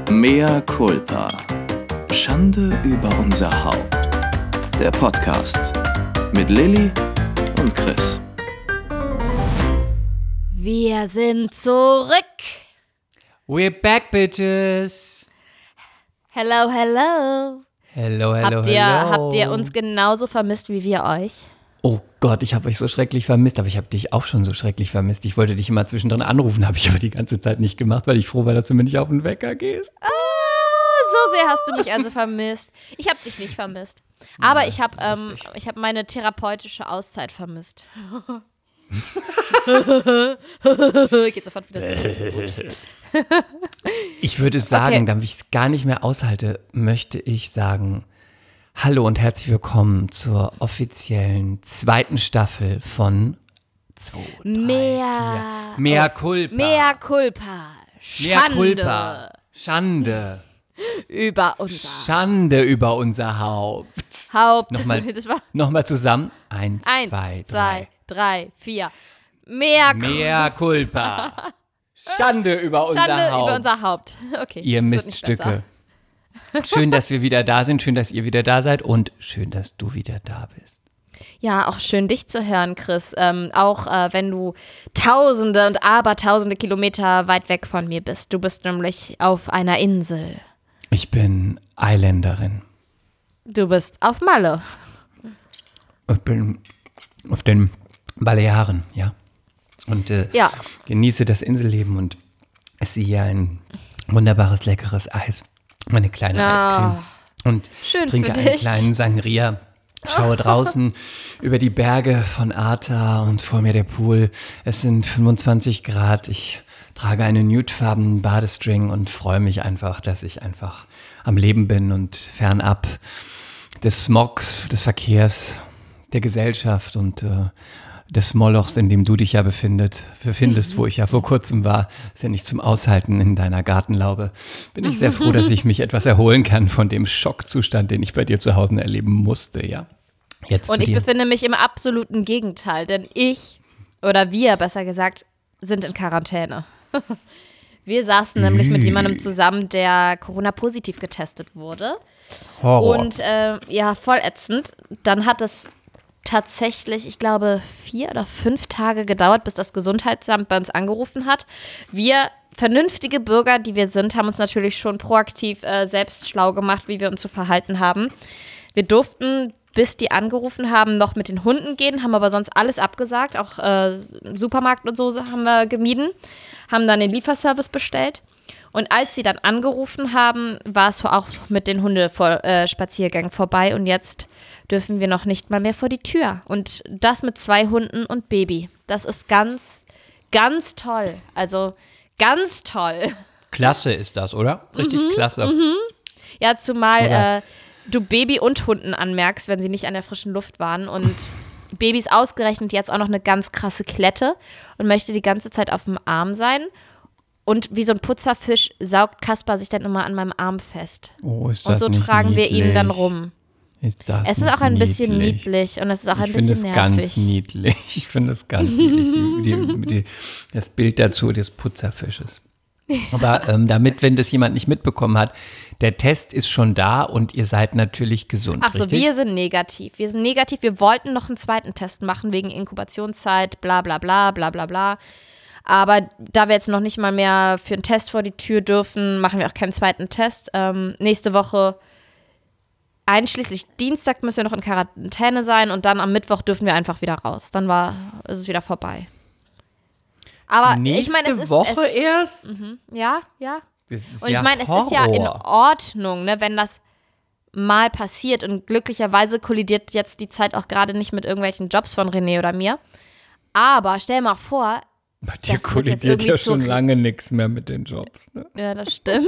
Mea culpa. Schande über unser Haupt. Der Podcast mit Lilly und Chris. Wir sind zurück. We're back, bitches. Hello, hello. Hello, Habt ihr uns genauso vermisst wie wir euch? Oh Gott, ich habe euch so schrecklich vermisst, aber ich habe dich auch schon so schrecklich vermisst. Ich wollte dich immer zwischendrin anrufen, habe ich aber die ganze Zeit nicht gemacht, weil ich froh war, dass du mir nicht auf den Wecker gehst. So sehr hast du mich also vermisst. Ich habe dich nicht vermisst. Aber ich habe meine therapeutische Auszeit vermisst. Geht sofort wieder zurück. Ich würde sagen, Okay. damit ich es gar nicht mehr aushalte, möchte ich sagen, hallo und herzlich willkommen zur offiziellen zweiten Staffel von 2, 3, 4. Mea culpa. Mea culpa. Mea Schande. culpa. Schande. Über unser Schande über unser Haupt. Haupt. Nochmal, Das war nochmal zusammen. 1, 1, 2, 2, 3, 4. Mea culpa. Mea culpa. Schande über unser Schande Haupt. über unser Haupt. Okay. Ihr das wird nicht besser. Miststücke. Schön, dass wir wieder da sind. Schön, dass ihr wieder da seid. Und schön, dass du wieder da bist. Ja, auch schön, dich zu hören, Chris. Auch wenn du Tausende und Abertausende Kilometer weit weg von mir bist. Du bist nämlich auf einer Insel. Ich bin Isländerin. Du bist auf Malle. Ich bin auf den Balearen, ja. Und Ja. genieße das Inselleben und esse hier ein wunderbares, leckeres Eis. Meine kleine Eiscreme. Und Schön trinke für einen dich. kleinen Sangria. Schaue draußen über die Berge von Arta und vor mir der Pool. Es sind 25 Grad. Ich trage einen nudefarbenen Badestring und freue mich einfach, dass ich einfach am Leben bin und fernab des Smogs, des Verkehrs, der Gesellschaft und des Molochs, in dem du dich ja befindest, wo ich ja vor kurzem war. Ist ja nicht zum Aushalten in deiner Gartenlaube. Bin ich sehr froh, dass ich mich etwas erholen kann von dem Schockzustand, den ich bei dir zu Hause erleben musste, ja. Jetzt Und zu ich dir. befinde mich im absoluten Gegenteil, denn wir besser gesagt, sind in Quarantäne. Wir saßen nämlich mit jemandem zusammen, der Corona-positiv getestet wurde. Horror. Und voll ätzend. Dann hat es tatsächlich, ich glaube, 4 oder 5 Tage gedauert, bis das Gesundheitsamt bei uns angerufen hat. Wir, vernünftige Bürger, die wir sind, haben uns natürlich schon proaktiv selbst schlau gemacht, wie wir uns zu verhalten haben. Wir durften, bis die angerufen haben, noch mit den Hunden gehen, haben aber sonst alles abgesagt. Auch Supermarkt und so haben wir gemieden, haben dann den Lieferservice bestellt. Und als sie dann angerufen haben, war es auch mit den Hundespaziergängen vorbei. Und jetzt dürfen wir noch nicht mal mehr vor die Tür. Und das mit 2 Hunden und Baby. Das ist ganz, ganz toll. Also ganz toll. Klasse ist das, oder? Richtig klasse. Ja, zumal Oder? du Baby und Hunden anmerkst, wenn sie nicht an der frischen Luft waren. Und Baby ist ausgerechnet jetzt auch noch eine ganz krasse Klette und möchte die ganze Zeit auf dem Arm sein. Und wie so ein Putzerfisch saugt Kaspar sich dann immer an meinem Arm fest. Oh, ist Und das so nicht tragen wir ihn dann niedlich? rum. Ist das Es ist nicht auch ein bisschen niedlich und es ist auch ein Ich finde bisschen es ganz nervig. niedlich. Ich finde es ganz niedlich. Das Bild dazu des Putzerfisches. Aber damit, wenn das jemand nicht mitbekommen hat, der Test ist schon da und ihr seid natürlich gesund, Ach so, richtig? wir sind negativ. Wir sind negativ. Wir wollten noch einen zweiten Test machen wegen Inkubationszeit, bla bla bla, bla bla bla. Aber da wir jetzt noch nicht mal mehr für einen Test vor die Tür dürfen, machen wir auch keinen zweiten Test. Nächste Woche, einschließlich Dienstag, müssen wir noch in Quarantäne sein und dann am Mittwoch dürfen wir einfach wieder raus. Dann ist es wieder vorbei. Aber ich meine, es ist Woche erst? ja. Das ist Und ich ja meine, es ist ja in Horror. Ordnung, ne, wenn das mal passiert. Und glücklicherweise kollidiert jetzt die Zeit auch gerade nicht mit irgendwelchen Jobs von René oder mir. Aber stell mal vor, Bei dir das wird jetzt kollidiert irgendwie ja schon zu- lange nichts mehr mit den Jobs. Ne? ja, das stimmt.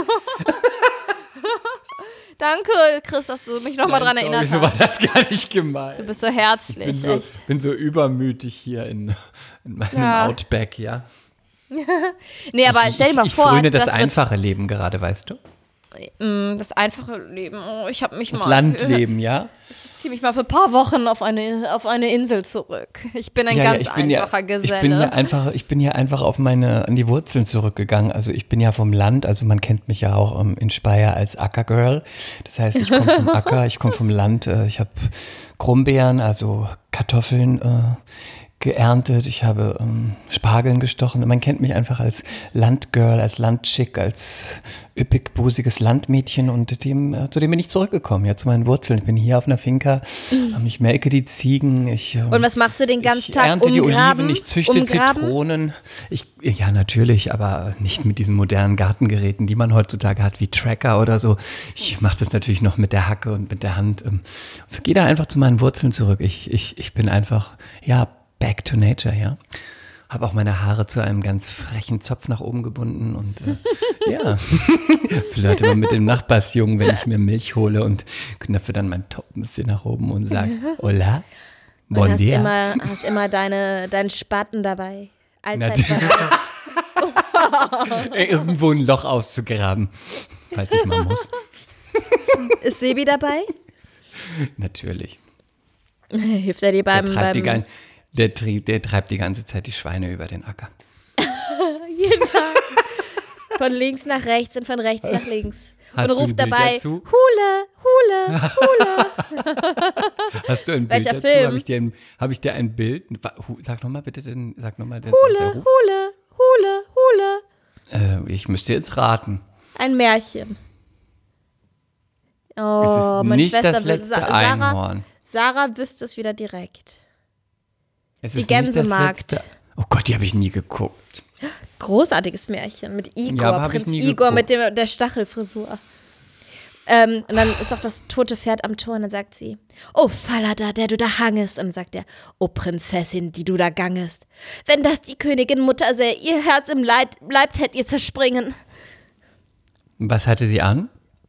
Danke, Chris, dass du mich nochmal dran erinnert So war hast. das gar nicht gemeint. Du bist so herzlich, echt. bin so übermütig hier in meinem Ja. Outback, ja. Nee, aber stell dir mal ich vor, fröne das wird- einfache Leben gerade, weißt du? Das einfache Leben. Oh, ich habe mich Das Landleben, ja? Ich ziehe mich mal für ein paar Wochen auf eine Insel zurück. Ich bin ein ganz einfacher Geselle. Ich bin ja einfach an die Wurzeln zurückgegangen. Also ich bin ja vom Land, also man kennt mich ja auch in Speyer als Ackergirl. Das heißt, ich komme vom Acker, ich komme vom Land. Ich habe Krummbeeren, also Kartoffeln geerntet, ich habe Spargeln gestochen. Man kennt mich einfach als Landgirl, als Landchick, als üppig busiges Landmädchen und zu dem bin ich zurückgekommen, ja, zu meinen Wurzeln. Ich bin hier auf einer Finca, ich melke die Ziegen. Und was machst du den ganzen Tag? Ich ernte die Oliven, ich züchte Zitronen. Ja, natürlich, aber nicht mit diesen modernen Gartengeräten, die man heutzutage hat, wie Tracker oder so. Ich mache das natürlich noch mit der Hacke und mit der Hand. Gehe da einfach zu meinen Wurzeln zurück. Ich bin einfach, ja, back to nature, ja. Habe auch meine Haare zu einem ganz frechen Zopf nach oben gebunden und ja, flirte mal mit dem Nachbarsjungen, wenn ich mir Milch hole und knöpfe dann meinen Top ein bisschen nach oben und sage, hola, bon dia. Hast immer deinen Spaten dabei. Allzeit dabei. Irgendwo ein Loch auszugraben, falls ich mal muss. Ist Sebi dabei? Natürlich. Hilft er dir beim Der treibt die ganze Zeit die Schweine über den Acker. Jeden Tag. Von links nach rechts und von rechts nach links. Hast und ruft dabei, dazu? Hule. Hast du ein Bild Welcher dazu? Film? Habe ich dir ein Bild? Sag nochmal bitte den. Hule. Ich müsste jetzt raten. Ein Märchen. Oh, Es ist meine nicht Schwester das letzte Einhorn. Sarah wüsste es wieder direkt. Es Die ist nicht das Gänsemarkt. letzte. Oh Gott, die habe ich nie geguckt. Großartiges Märchen mit Igor, Ja, aber hab Prinz ich nie Igor geguckt. mit der Stachelfrisur. Und dann ist auch das tote Pferd am Tor und dann sagt sie, oh Falada, der du da hangest. Und dann sagt er, Prinzessin, die du da gangest. Wenn das die Königin Mutter sähe, ihr Herz im Leib hätt ihr zerspringen. Was hatte sie an?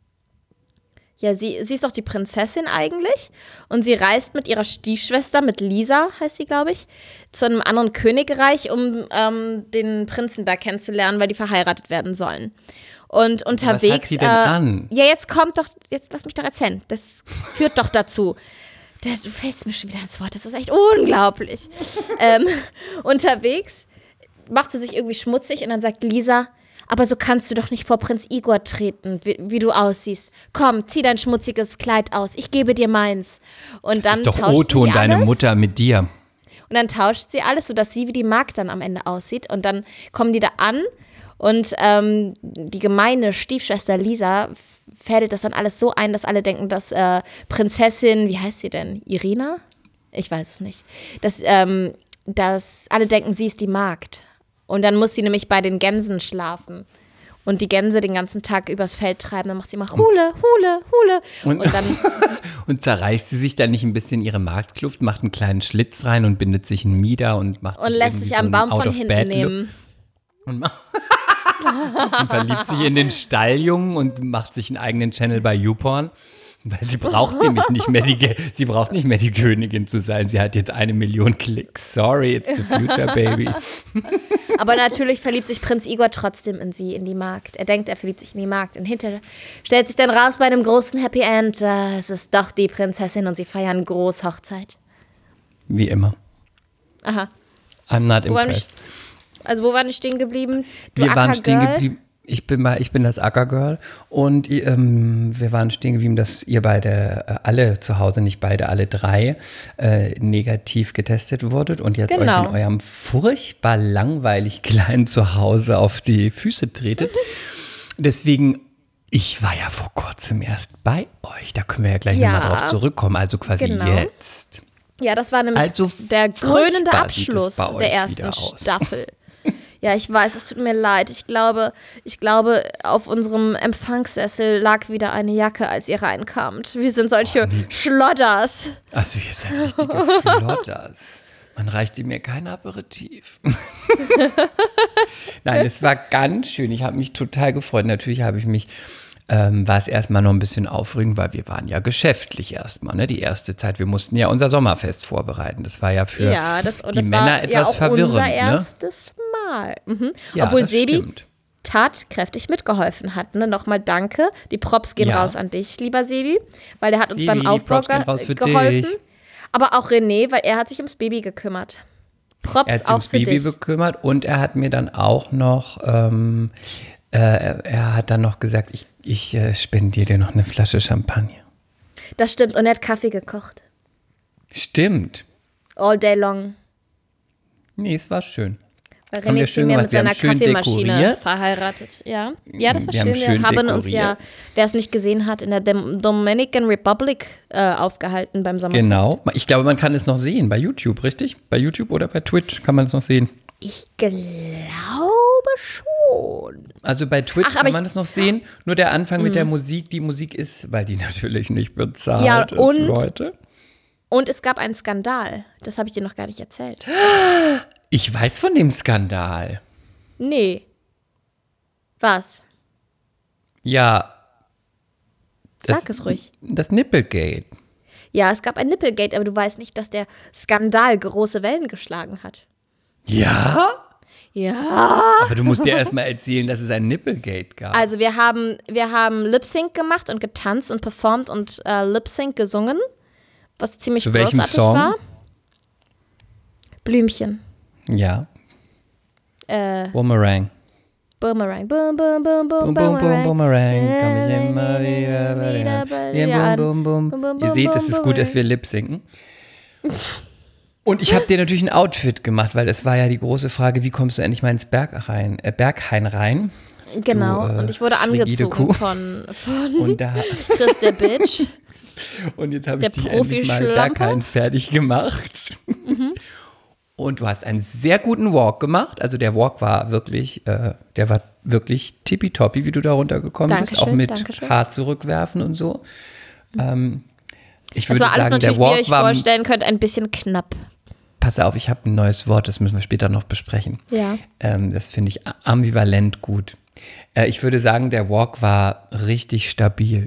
Ja, sie ist doch die Prinzessin eigentlich und sie reist mit ihrer Stiefschwester, mit Lisa heißt sie, glaube ich, zu einem anderen Königreich, um den Prinzen da kennenzulernen, weil die verheiratet werden sollen. Und unterwegs. Was hat sie denn an? Ja, jetzt lass mich doch erzählen. Das führt doch dazu. Du fällst mir schon wieder ins Wort, das ist echt unglaublich. Unterwegs macht sie sich irgendwie schmutzig und dann sagt Lisa, aber so kannst du doch nicht vor Prinz Igor treten, wie du aussiehst. Komm, zieh dein schmutziges Kleid aus, ich gebe dir meins. Und dann ist doch Otto und deine Mutter mit dir. Und dann tauscht sie alles, sodass sie wie die Magd dann am Ende aussieht. Und dann kommen die da an und die gemeine Stiefschwester Lisa fädelt das dann alles so ein, dass alle denken, dass Prinzessin, wie heißt sie denn, Irina? Ich weiß es nicht. Dass alle denken, sie ist die Magd. Und dann muss sie nämlich bei den Gänsen schlafen. Und die Gänse den ganzen Tag übers Feld treiben. Dann macht sie immer Hule. Und dann und zerreißt sie sich dann nicht ein bisschen ihre Marktkluft, macht einen kleinen Schlitz rein und bindet sich einen Mieder und lässt sich am Baum von hinten nehmen. Und verliebt sich in den Stalljungen und macht sich einen eigenen Channel bei YouPorn. Weil sie braucht nämlich nicht mehr die Königin zu sein. Sie hat jetzt 1 Million Klicks. Sorry, it's the future, baby. Aber natürlich verliebt sich Prinz Igor trotzdem in sie, in die Magd. Er denkt, er verliebt sich in die Magd. Und hinterher stellt sich dann raus bei einem großen Happy End. Es ist doch die Prinzessin und sie feiern Großhochzeit. Wie immer. Aha. I'm not impressed. Wo waren wir stehen geblieben? Wir waren stehen geblieben. Ich bin das Ackergirl und wir waren stehen geblieben, dass ihr beide, alle zu Hause, nicht beide, alle 3, negativ getestet wurdet und jetzt euch in eurem furchtbar langweilig kleinen Zuhause auf die Füße tretet. Deswegen, ich war ja vor kurzem erst bei euch, da können wir ja gleich nochmal drauf zurückkommen, also quasi jetzt. Ja, das war nämlich der krönende Abschluss der ersten Staffel. Ja, ich weiß, es tut mir leid. Ich glaube, auf unserem Empfangssessel lag wieder eine Jacke, als ihr reinkamt. Wir sind solche Schlodders. Also ihr seid richtige Schlodders. Man reicht mir kein Aperitif. Nein, es war ganz schön. Ich habe mich total gefreut. Natürlich war es erstmal noch ein bisschen aufregend, weil wir waren ja geschäftlich erstmal, ne? Die erste Zeit. Wir mussten ja unser Sommerfest vorbereiten. Das war ja für die Männer etwas verwirrend. Unser erstes Mal. Mhm. Ja, obwohl das Sebi, stimmt. tatkräftig mitgeholfen hat. Ne? Nochmal danke. Die Props gehen raus an dich, lieber Sebi, weil der hat uns beim Aufbau geholfen. Dich. Aber auch René, weil er hat sich ums Baby gekümmert. Props er hat sich auch ums für Baby dich. gekümmert und er hat mir dann auch noch, er hat dann noch gesagt, ich spendiere dir noch eine Flasche Champagner. Das stimmt. Und er hat Kaffee gekocht. Stimmt. All day long. Nee, es war schön. Weil Haben René wir ist schön mir gemacht. mit Wir seiner haben schön Kaffeemaschine dekoriert. verheiratet. Ja, das war Wir haben schön. Wir schön haben uns ja, dekoriert. wer es nicht gesehen hat, in der Dominican Republic aufgehalten beim Sommerfest. Genau. Ich glaube, man kann es noch sehen bei YouTube, richtig? Bei YouTube oder bei Twitch kann man es noch sehen. Ich glaube schon. Also bei Twitch Ach, aber kann man es noch sehen. Nur der Anfang mit der Musik. Die Musik ist, weil die natürlich nicht bezahlt Ja, ist, und- Leute. Und es gab einen Skandal. Das habe ich dir noch gar nicht erzählt. Ich weiß von dem Skandal. Nee. Was? Ja. Sag es ruhig. Das Nipplegate. Ja, es gab ein Nipplegate, aber du weißt nicht, dass der Skandal große Wellen geschlagen hat. Ja? Ja. Aber du musst dir erstmal erzählen, dass es ein Nipplegate gab. Also wir haben Lip-Sync gemacht und getanzt und performt und Lip-Sync gesungen, was ziemlich Zu welchem großartig Song? war. Blümchen. Ja. Boomerang. Boomerang. Boom, boom, boom, boom, Boom, boom, boom, Boomerang. Boomerang. Komm ich immer wieder bei dir. Ja, boom, boom, boom. Ihr seht, es ist gut, dass wir lip-sinken. Und ich habe dir natürlich ein Outfit gemacht, weil es war ja die große Frage, wie kommst du endlich mal ins Berghain rein? Genau, Du, und ich wurde frigide angezogen Kuh. von Und da Chris der Bitch. und jetzt habe Der ich dich endlich mal Profi-Schlamper. Berghain fertig gemacht. Und du hast einen sehr guten Walk gemacht. Also der Walk war wirklich, tippitoppi, wie du da runtergekommen bist. Auch Dankeschön, mit Dankeschön. Haar zurückwerfen und so. Ich Das würde war alles sagen, der natürlich, wie ihr Walk euch war, vorstellen könnt, ein bisschen knapp. pass auf, ich habe ein neues Wort, das müssen wir später noch besprechen. Ja. Das finde ich ambivalent gut. Ich würde sagen, der Walk war richtig stabil.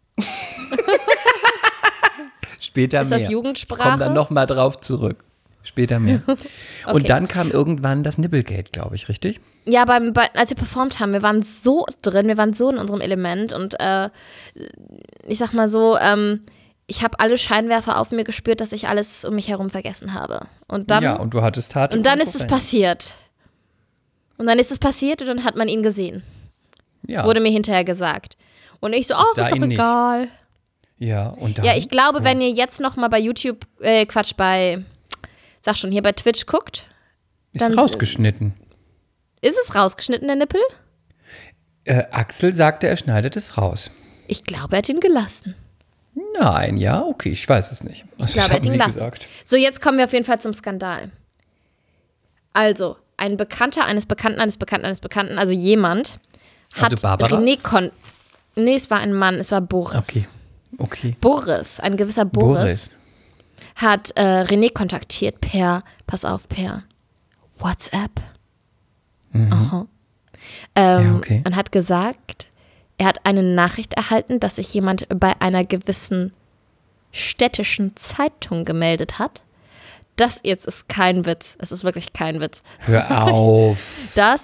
Später Ist mehr. das Jugendsprache? Komm dann nochmal drauf zurück. Später mehr. Und dann kam irgendwann das Nipplegate, glaube ich, richtig? Ja, als wir performt haben, wir waren so drin, wir waren so in unserem Element und ich sag mal so, ich habe alle Scheinwerfer auf mir gespürt, dass ich alles um mich herum vergessen habe. Und dann, Ja, und du hattest Tat. und dann ist es passiert. Und dann ist es passiert und dann hat man ihn gesehen. Ja, Wurde mir hinterher gesagt. Und ich so, oh, sah ist doch ihn nicht. egal. ja, und dann? Ja, ich glaube, wenn ihr jetzt noch mal bei YouTube, hier bei Twitch guckt, ist dann- rausgeschnitten. ist es rausgeschnitten, der Nippel? Axel sagte, er schneidet es raus. Ich glaube, er hat ihn gelassen. Nein, ja, okay, ich weiß es nicht. Ich glaube, er hat ihn gelassen. So, jetzt kommen wir auf jeden Fall zum Skandal. Also, ein Bekannter eines Bekannten, also jemand, hat Also Barbara? Nee, es war ein Mann, es war Boris. Okay. Boris, ein gewisser Boris. Hat René kontaktiert per WhatsApp. Aha. Ja, okay. Und hat gesagt, er hat eine Nachricht erhalten, dass sich jemand bei einer gewissen städtischen Zeitung gemeldet hat. Das jetzt ist kein Witz. Es ist wirklich kein Witz. Hör auf. Dass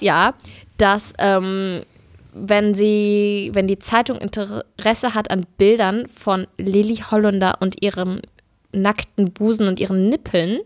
wenn die Zeitung Interesse hat an Bildern von Lilly Holländer und ihrem nackten Busen und ihren Nippeln,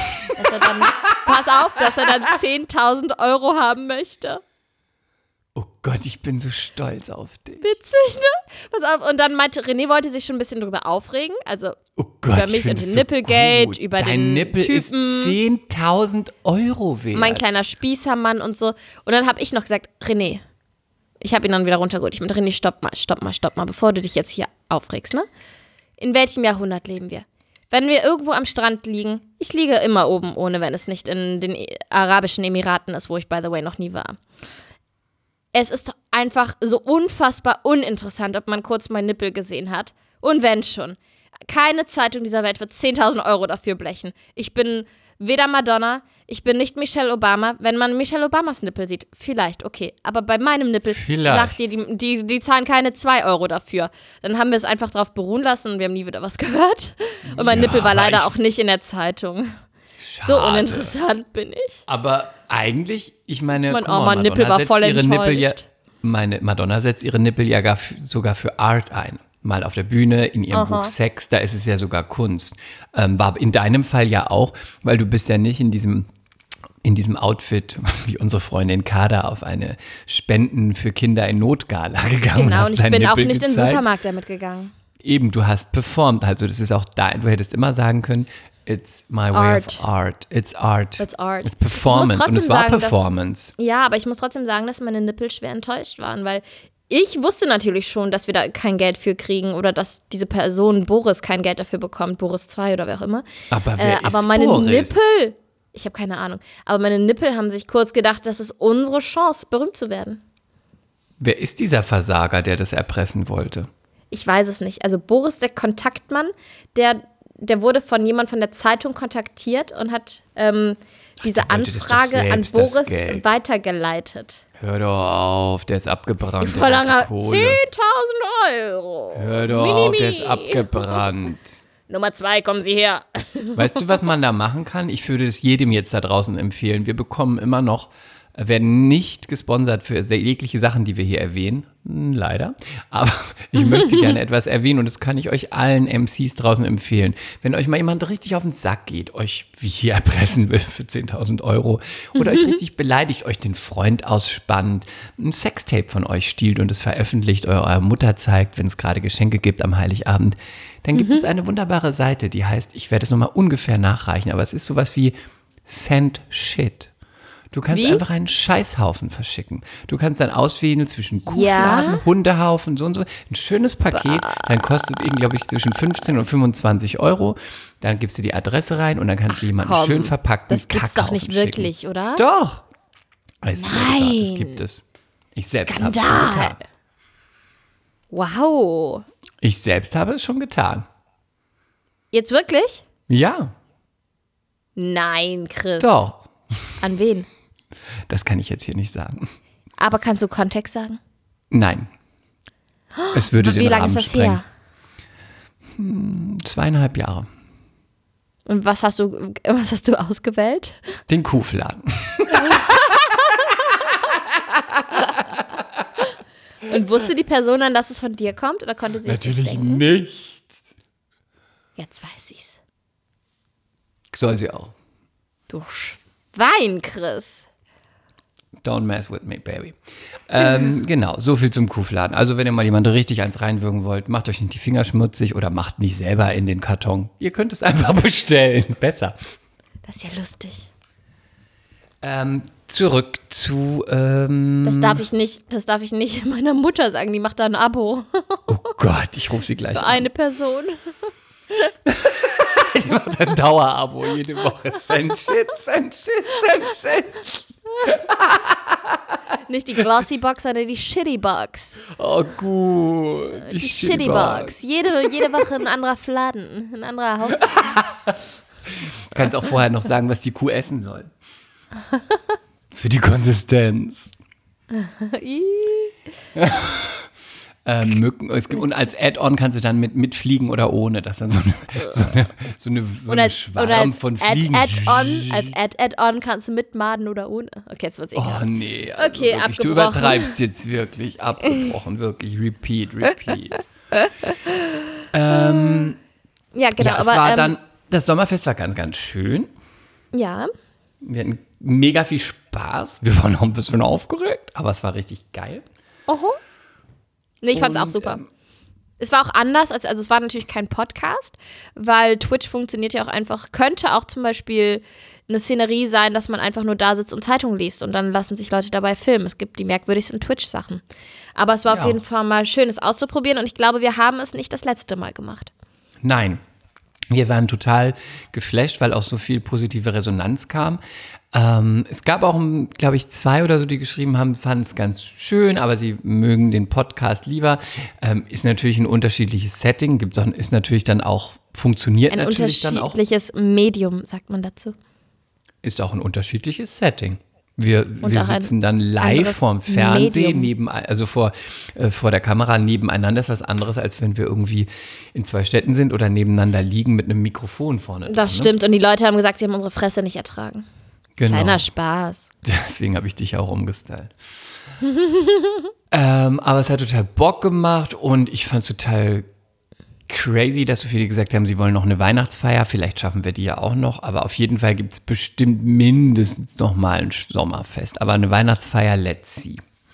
dass er dann 10.000 € haben möchte. Oh Gott, ich bin so stolz auf dich. Witzig, ne? Pass auf. Und dann meinte, René wollte sich schon ein bisschen drüber aufregen. Also Oh Gott, über mich ich find's und den so Nipplegate, gut. über Dein den Nippel Typen. ist 10.000 € wert. mein kleiner Spießermann und so. Und dann habe ich noch gesagt, René, ich habe ihn dann wieder runtergeholt. Ich meinte, René, stopp mal, bevor du dich jetzt hier aufregst, ne? In welchem Jahrhundert leben wir? Wenn wir irgendwo am Strand liegen, ich liege immer oben ohne, wenn es nicht in den Arabischen Emiraten ist, wo ich, by the way, noch nie war. Es ist einfach so unfassbar uninteressant, ob man kurz meinen Nippel gesehen hat. Und wenn schon. Keine Zeitung dieser Welt wird 10.000 € dafür blechen. Ich bin weder Madonna, ich bin nicht Michelle Obama. Wenn man Michelle Obamas Nippel sieht, vielleicht, okay. Aber bei meinem Nippel sagt ihr, die zahlen keine 2 € dafür. Dann haben wir es einfach drauf beruhen lassen und wir haben nie wieder was gehört. Und mein Nippel war leider auch nicht in der Zeitung. So Schade. uninteressant bin ich. Aber eigentlich, ich meine, Mein Nippel war voll enttäuscht. Madonna setzt ihre Nippel ja sogar für Art ein. Mal auf der Bühne, in ihrem Buch Sex, da ist es ja sogar Kunst. War in deinem Fall ja auch, weil du bist ja nicht in diesem Outfit, wie unsere Freundin Kada, auf eine Spenden für Kinder in Not-Gala gegangen. Genau, und ich bin Nippel auch nicht gezeigt. in den Supermarkt damit gegangen. Eben, du hast performt, also das ist auch da, du hättest immer sagen können, it's my way of art, it's art, It's art. It's performance und es war sagen, Performance. Ja, aber ich muss trotzdem sagen, dass meine Nippel schwer enttäuscht waren, weil ich wusste natürlich schon, dass wir da kein Geld für kriegen oder dass diese Person, Boris, kein Geld dafür bekommt, Boris 2 oder wer auch immer. Aber wer ist meine Boris? Nippel, ich habe keine Ahnung, aber meine Nippel haben sich kurz gedacht, das ist unsere Chance, berühmt zu werden. Wer ist dieser Versager, der das erpressen wollte? Ich weiß es nicht. Also Boris, der Kontaktmann, der wurde von jemand von der Zeitung kontaktiert und hat diese Anfrage an Boris weitergeleitet. Hör doch auf, der ist abgebrannt. Ich verlange 10.000 Euro. Hör doch auf, der ist abgebrannt. Nummer 2, kommen Sie her. Weißt du, was man da machen kann? Ich würde es jedem jetzt da draußen empfehlen. Wir bekommen immer noch, werden nicht gesponsert für jegliche Sachen, die wir hier erwähnen. Leider. Aber ich möchte gerne etwas erwähnen und das kann ich euch allen MCs draußen empfehlen. Wenn euch mal jemand richtig auf den Sack geht, euch wie hier erpressen will für 10.000 Euro oder euch richtig beleidigt, euch den Freund ausspannt, ein Sextape von euch stiehlt und es veröffentlicht, eurer Mutter zeigt, wenn es gerade Geschenke gibt am Heiligabend, dann gibt es eine wunderbare Seite, die heißt, ich werde es nochmal ungefähr nachreichen, aber es ist sowas wie Send Shit. Du kannst einfach einen Scheißhaufen verschicken. Du kannst dann auswählen zwischen Kuhfladen, Hundehaufen, so und so. Ein schönes Paket, dann kostet ihn, glaube ich, zwischen 15 und 25 Euro. Dann gibst du die Adresse rein und dann kannst du jemanden schön verpackten Kackhaufen Das gibt's doch nicht wirklich, schicken. oder? Doch. Das Nein. gibt es. Ich selbst habe es schon Skandal. getan. Wow. Ich selbst habe es schon getan. Jetzt wirklich? Ja. Nein, Chris. Doch. An wen? Das kann ich jetzt hier nicht sagen. Aber kannst du Kontext sagen? Nein. Es würde den Wie lange Rahmen ist das sprengen. her? 2,5 Jahre. Und was hast du ausgewählt? Den Kuhfladen. Und wusste die Person dann, dass es von dir kommt? Oder konnte sie es sich Natürlich denken? nicht. Jetzt weiß sie's. Soll sie auch. Du Schwein, Chris. Don't mess with me, baby. Genau, so viel zum Kuhfladen. Also wenn ihr mal jemand richtig eins reinwürgen wollt, macht euch nicht die Finger schmutzig oder macht nicht selber in den Karton. Ihr könnt es einfach bestellen. Besser. Das ist ja lustig. Zurück zu... Das darf ich nicht meiner Mutter sagen. Die macht da ein Abo. Oh Gott, ich rufe sie gleich Für an. eine Person. Die macht ein Dauerabo jede Woche. Send shit. Nicht die Glossy Box, sondern die Shitty Box. Oh gut. Die Shitty Box. Jede Woche ein anderer Fladen. Ein anderer Haufen. Du kannst auch vorher noch sagen, was die Kuh essen soll. Für die Konsistenz. Mücken. Und als Add-on kannst du dann mit Fliegen oder ohne, dass dann so eine Schwarm von Fliegen. Als Add-on kannst du mit Maden oder ohne. Okay, jetzt wird's egal. Oh nee. Also Okay, wirklich, abgebrochen. du übertreibst jetzt wirklich. Abgebrochen, wirklich. Repeat. Ja, genau. Ja, es aber war dann, das Sommerfest war ganz, ganz schön. ja. Wir hatten mega viel Spaß. Wir waren auch ein bisschen aufgeregt, aber es war richtig geil. Oho. Nee, ich fand's Und, auch super. Es war auch anders, also es war natürlich kein Podcast, weil Twitch funktioniert ja auch einfach, könnte auch zum Beispiel eine Szenerie sein, dass man einfach nur da sitzt und Zeitung liest und dann lassen sich Leute dabei filmen. Es gibt die merkwürdigsten Twitch-Sachen. Aber es war auf jeden Fall mal schön, es auszuprobieren und ich glaube, wir haben es nicht das letzte Mal gemacht. Nein. Wir waren total geflasht, weil auch so viel positive Resonanz kam. Es gab auch, glaube ich, 2 oder so, die geschrieben haben, fanden es ganz schön, aber sie mögen den Podcast lieber. Ist natürlich ein unterschiedliches Setting, ist natürlich dann auch, funktioniert Ein natürlich dann auch. unterschiedliches Medium, sagt man dazu. Ist auch ein unterschiedliches Setting. Wir auch sitzen dann live anderes vorm Fernsehen, Medium. vor der Kamera nebeneinander. Das ist was anderes, als wenn wir irgendwie in 2 Städten sind oder nebeneinander liegen mit einem Mikrofon vorne dran. Das stimmt und die Leute haben gesagt, sie haben unsere Fresse nicht ertragen. Genau. Kleiner Spaß. Deswegen habe ich dich auch umgestylt. Aber es hat total Bock gemacht und ich fand es total crazy, dass so viele gesagt haben, sie wollen noch eine Weihnachtsfeier. Vielleicht schaffen wir die ja auch noch, aber auf jeden Fall gibt es bestimmt mindestens noch mal ein Sommerfest. Aber eine Weihnachtsfeier, let's see.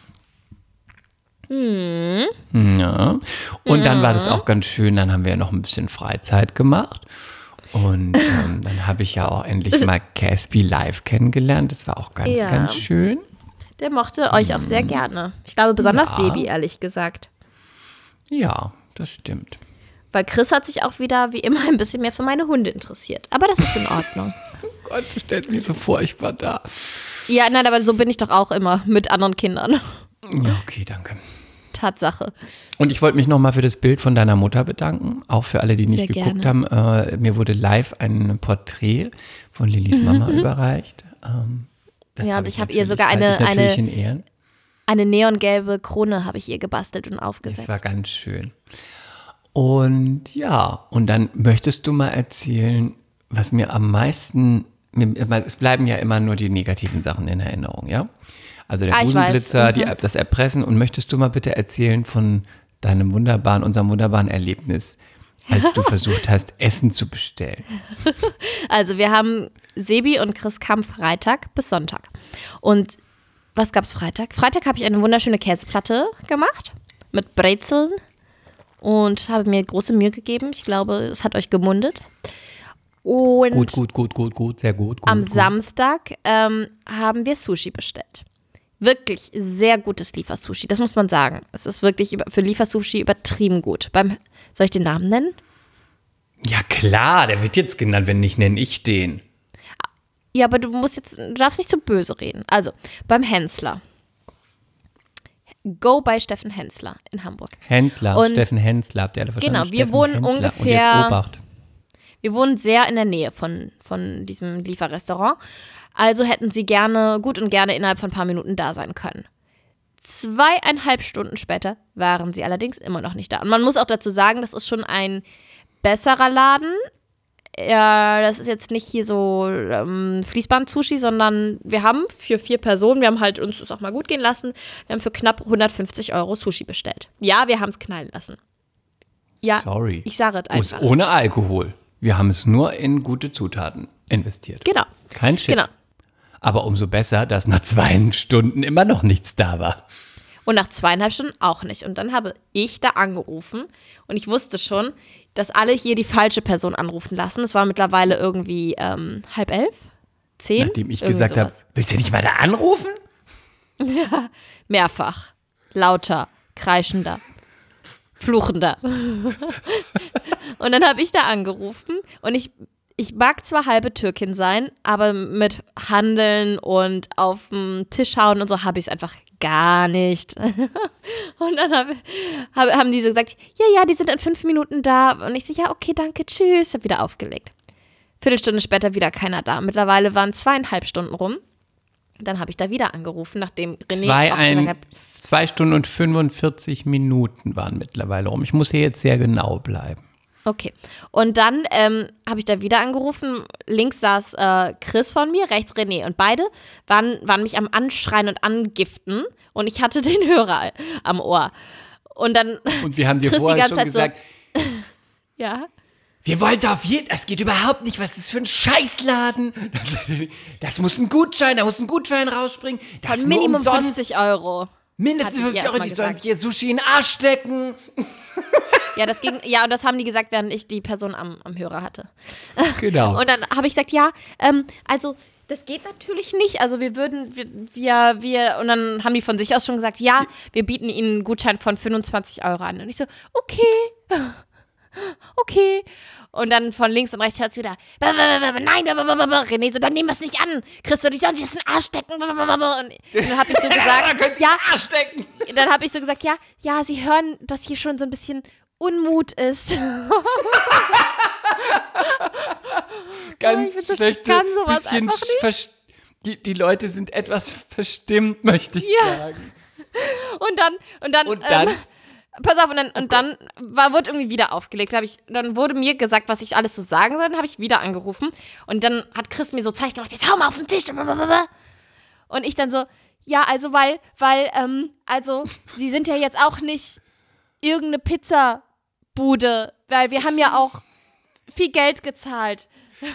Ja. Und dann war das auch ganz schön, dann haben wir noch ein bisschen Freizeit gemacht. Und dann habe ich ja auch endlich mal Caspi live kennengelernt. Das war auch ganz, ganz schön. Der mochte euch auch sehr gerne. Ich glaube, besonders Ja. Sebi, ehrlich gesagt. Ja, das stimmt. Weil Chris hat sich auch wieder, wie immer, ein bisschen mehr für meine Hunde interessiert. Aber das ist in Ordnung. Oh Gott, du stellst mich so furchtbar da. Ja, nein, aber so bin ich doch auch immer mit anderen Kindern. Ja, okay, danke. Tatsache. Und ich wollte mich nochmal für das Bild von deiner Mutter bedanken. Auch für alle, die nicht Sehr geguckt gerne. haben. Mir wurde live ein Porträt von Lillys Mama überreicht. Das Ja, und ich habe ihr natürlich- sogar halte ich eine natürlich in Ehren. neongelbe Krone habe ich ihr gebastelt und aufgesetzt. Das war ganz schön. Und ja, und dann möchtest du mal erzählen, was mir am meisten, es bleiben ja immer nur die negativen Sachen in Erinnerung, ja? Also der Ich Busenblitzer, weiß. das Erpressen. Und möchtest du mal bitte erzählen von unserem wunderbaren Erlebnis, als du versucht hast, Essen zu bestellen? Also wir haben Sebi und Chris kamen Freitag bis Sonntag. Und was gab's Freitag? Freitag habe ich eine wunderschöne Käseplatte gemacht mit Brezeln und habe mir große Mühe gegeben. Ich glaube, es hat euch gemundet. Und Gut, sehr gut. am Samstag haben wir Sushi bestellt. Wirklich sehr gutes Liefersushi, das muss man sagen. Es ist wirklich für Liefersushi übertrieben gut. Soll ich den Namen nennen? Ja klar, der wird jetzt genannt, wenn nicht, nenne ich den. Ja, aber du darfst nicht so böse reden. Also, beim Hensler. Go bei Steffen Hensler in Hamburg. Hensler, Und- Steffen Hensler, habt ihr alle verstanden? Genau, wir Steffen wohnen Hensler. ungefähr- Und jetzt Obacht. Wir wohnen sehr in der Nähe von diesem Lieferrestaurant. Also hätten sie gut und gerne innerhalb von ein paar Minuten da sein können. 2,5 Stunden später waren sie allerdings immer noch nicht da. Und man muss auch dazu sagen, das ist schon ein besserer Laden. Ja, das ist jetzt nicht hier so Fließband-Sushi, sondern wir haben für 4 Personen, wir haben halt uns das auch mal gut gehen lassen, wir haben für knapp 150 € Sushi bestellt. Ja, wir haben es knallen lassen. Ja, Sorry. ich sage es Ist einfach. ohne Alkohol. Wir haben es nur in gute Zutaten investiert. Genau, Kein Shit. genau. Aber umso besser, dass nach 2 Stunden immer noch nichts da war. Und nach 2,5 Stunden auch nicht. Und dann habe ich da angerufen und ich wusste schon, dass alle hier die falsche Person anrufen lassen. Es war mittlerweile irgendwie 10:30, 10. Nachdem ich Irgendwie gesagt habe, sowas. willst du nicht mal da anrufen? Mehrfach. Lauter, kreischender, fluchender. Und dann habe ich da angerufen und ich mag zwar halbe Türkin sein, aber mit Handeln und auf den Tisch hauen und so habe ich es einfach gar nicht. Und dann haben die so gesagt, ja, die sind in 5 Minuten da. Und ich so, ja, okay, danke, tschüss. Hab wieder aufgelegt. Viertelstunde später wieder keiner da. Mittlerweile waren 2,5 Stunden rum. Dann habe ich da wieder angerufen, nachdem René auch gesagt hat, 2 Stunden und 45 Minuten waren mittlerweile rum. Ich muss hier jetzt sehr genau bleiben. okay. Und dann habe ich da wieder angerufen. Links saß Chris von mir, rechts René. Und beide waren mich am Anschreien und Angiften. Und ich hatte den Hörer am Ohr. Und dann Und wir haben dir Chris die vorher ganze schon Zeit gesagt, ja, wir wollen da auf jeden Fall, das geht überhaupt nicht, was ist das für ein Scheißladen? Das muss ein Gutschein, da muss ein Gutschein rausspringen. Das von nur Minimum umsonst. 50 €. Mindestens Hattet ihr 50 €, erst die mal sollen gesagt. sich ihr Sushi in den Arsch stecken. Ja, das ging, ja, und das haben die gesagt, während ich die Person am Hörer hatte. Genau. Und dann habe ich gesagt, ja, also das geht natürlich nicht. Also wir und dann haben die von sich aus schon gesagt, ja, wir bieten ihnen einen Gutschein von 25 € an. Und ich so, okay. Und dann von links und rechts hört es wieder, nein, René so, dann nehmen wir es nicht an. Christo, die sollen sich das in den Arsch stecken. Und dann habe ich so gesagt, ja, Arsch stecken. dann habe ich so gesagt, ja, sie hören, dass hier schon so ein bisschen Unmut ist. Ganz ich schlecht. kann sowas einfach Die Leute sind etwas verstimmt, möchte ich sagen. Und dann Und dann? Pass auf, und dann wurde irgendwie wieder aufgelegt. Dann wurde mir gesagt, was ich alles so sagen soll. Dann habe ich wieder angerufen. Und dann hat Chris mir so Zeichen gemacht, jetzt hau mal auf den Tisch. Und ich dann so, ja, also weil, sie sind ja jetzt auch nicht irgendeine Pizzabude, weil wir haben ja auch viel Geld gezahlt.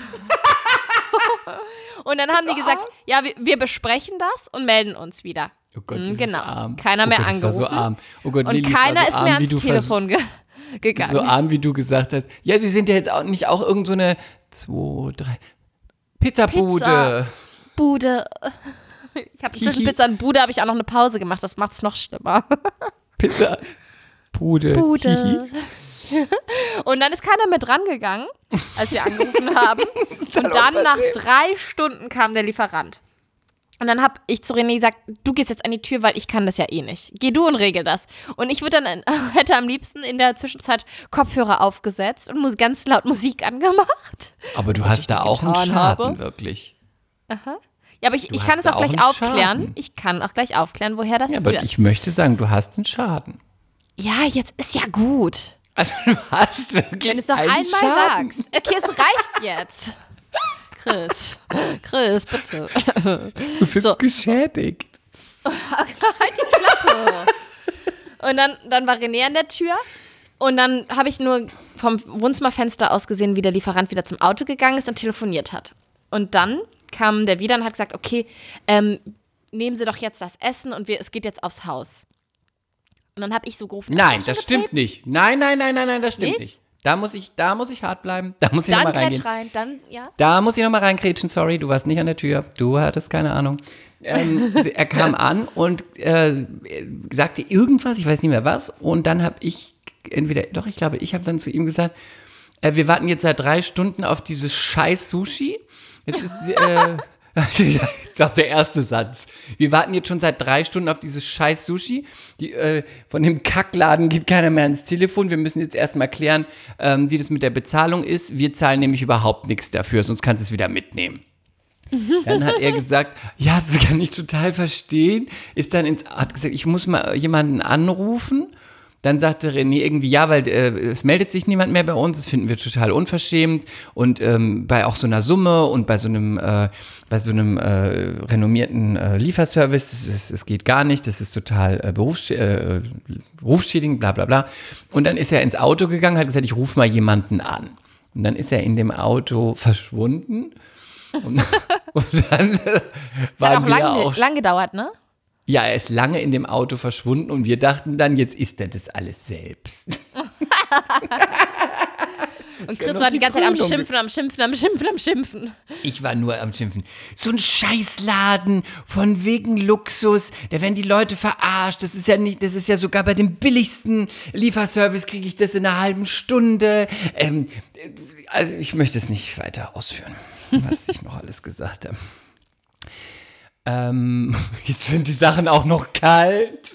Und dann haben die gesagt, ja, wir besprechen das und melden uns wieder. Oh Gott, das genau. ist arm. Keiner mehr Gott, das war angerufen. so arm. Oh Gott, und Lili, keiner das war so ist mehr arm, ans Telefon gegangen. So arm, wie du gesagt hast. Ja, sie sind ja jetzt auch nicht auch irgend so eine 2, 3 Pizzabude. Bude. Ich habe zwischen Pizza und Bude habe ich auch noch eine Pause gemacht. Das macht's noch schlimmer. Pizzabude. Bude. Und dann ist keiner mehr dran gegangen, als wir angerufen haben. Und dann nach 3 Stunden kam der Lieferant. Und dann habe ich zu René gesagt, du gehst jetzt an die Tür, weil ich kann das ja eh nicht. Geh du und regel das. Und ich hätte am liebsten in der Zwischenzeit Kopfhörer aufgesetzt und ganz laut Musik angemacht. Aber du hast da auch einen Schaden, wirklich. Aha. Ja, aber ich kann es auch gleich aufklären. Ich kann auch gleich aufklären, woher das rührt. Aber ich möchte sagen, du hast einen Schaden. Ja, jetzt ist ja gut. Also du hast wirklich Wenn du es noch einmal sagst. Okay, es reicht jetzt. Chris, bitte. Du bist geschädigt. Halt die Klappe. Und dann war René an der Tür. Und dann habe ich nur vom Wohnzimmerfenster aus gesehen, wie der Lieferant wieder zum Auto gegangen ist und telefoniert hat. Und dann kam der wieder und hat gesagt, okay, nehmen Sie doch jetzt das Essen und es geht jetzt aufs Haus. Und dann habe ich so gerufen. Nein, das stimmt nicht. Nein, das stimmt nicht. Da muss ich hart bleiben. Da muss ich nochmal reingehen. Da muss ich nochmal reingrätschen. Sorry, du warst nicht an der Tür. Du hattest keine Ahnung. Er kam an und sagte irgendwas, ich weiß nicht mehr was. Und dann habe ich ich glaube, ich habe dann zu ihm gesagt, wir warten jetzt seit 3 Stunden auf dieses scheiß Sushi. Es ist, das ist auch der erste Satz. Wir warten jetzt schon seit 3 Stunden auf dieses scheiß Sushi. Von dem Kackladen geht keiner mehr ans Telefon. Wir müssen jetzt erstmal klären, wie das mit der Bezahlung ist. Wir zahlen nämlich überhaupt nichts dafür, sonst kannst du es wieder mitnehmen. Dann hat er gesagt, ja, das kann ich total verstehen. Hat gesagt, ich muss mal jemanden anrufen. Dann sagte René irgendwie, ja, weil es meldet sich niemand mehr bei uns, das finden wir total unverschämt und bei auch so einer Summe und bei so einem renommierten Lieferservice, das geht gar nicht, das ist total berufsschädigend, bla bla bla. Und dann ist er ins Auto gegangen, hat gesagt, ich rufe mal jemanden an. Und dann ist er in dem Auto verschwunden und dann waren wir auch lang gedauert, ne? Ja, er ist lange in dem Auto verschwunden und wir dachten dann, jetzt isst er das alles selbst. Und Chris war die ganze Zeit am Schimpfen. Ich war nur am Schimpfen. So ein Scheißladen von wegen Luxus, da werden die Leute verarscht. Das ist ja sogar bei dem billigsten Lieferservice kriege ich das in einer halben Stunde. Also ich möchte es nicht weiter ausführen, was ich noch alles gesagt habe. Jetzt sind die Sachen auch noch kalt.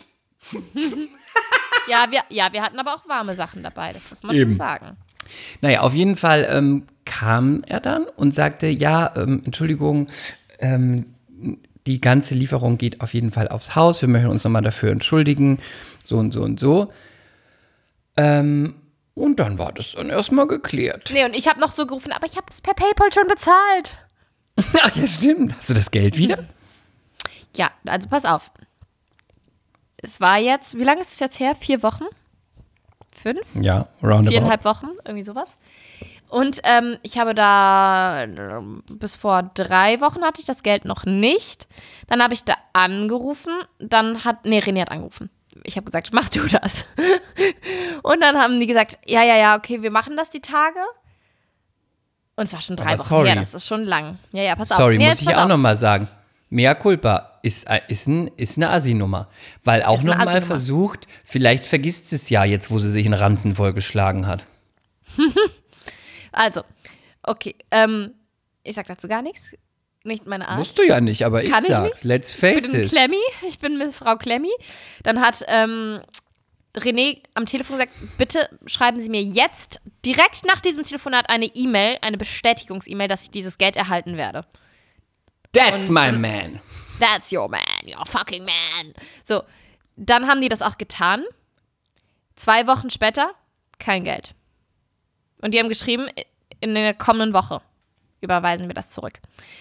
wir hatten aber auch warme Sachen dabei, das muss man schon sagen. Naja, auf jeden Fall kam er dann und sagte, ja, Entschuldigung, die ganze Lieferung geht auf jeden Fall aufs Haus, wir möchten uns nochmal dafür entschuldigen, so und so und so. Und dann war das dann erstmal geklärt. Nee, und ich habe noch so gerufen, aber ich habe es per PayPal schon bezahlt. Ach ja, stimmt. Hast du das Geld wieder? Ja, also pass auf. Es war jetzt, wie lange ist es jetzt her? 4 Wochen? 5? Ja, roundabout. 4,5 Wochen, irgendwie sowas. Und ich habe da, bis vor 3 Wochen hatte ich das Geld noch nicht. Dann habe ich da angerufen, René hat angerufen. Ich habe gesagt, mach du das. Und dann haben die gesagt, ja, okay, wir machen das die Tage. Und es war schon 3 Wochen her, das ist schon lang. Ja, pass auf. Sorry, muss ich auch nochmal sagen. Mea culpa ist eine Assi-Nummer. Weil auch nochmal versucht, vielleicht vergisst es ja jetzt, wo sie sich einen Ranzen vollgeschlagen hat. Also, okay, ich sag dazu gar nichts. Nicht meine Art. Musst du ja nicht, aber ich sag's. Let's face it. Ich bin mit Frau Klemmi. Dann hat René am Telefon gesagt, bitte schreiben Sie mir jetzt direkt nach diesem Telefonat eine E-Mail, eine Bestätigungs-E-Mail, dass ich dieses Geld erhalten werde. That's my man. That's your man, your fucking man. So, dann haben die das auch getan. 2 Wochen später, kein Geld. Und die haben geschrieben, in der kommenden Woche überweisen wir das zurück.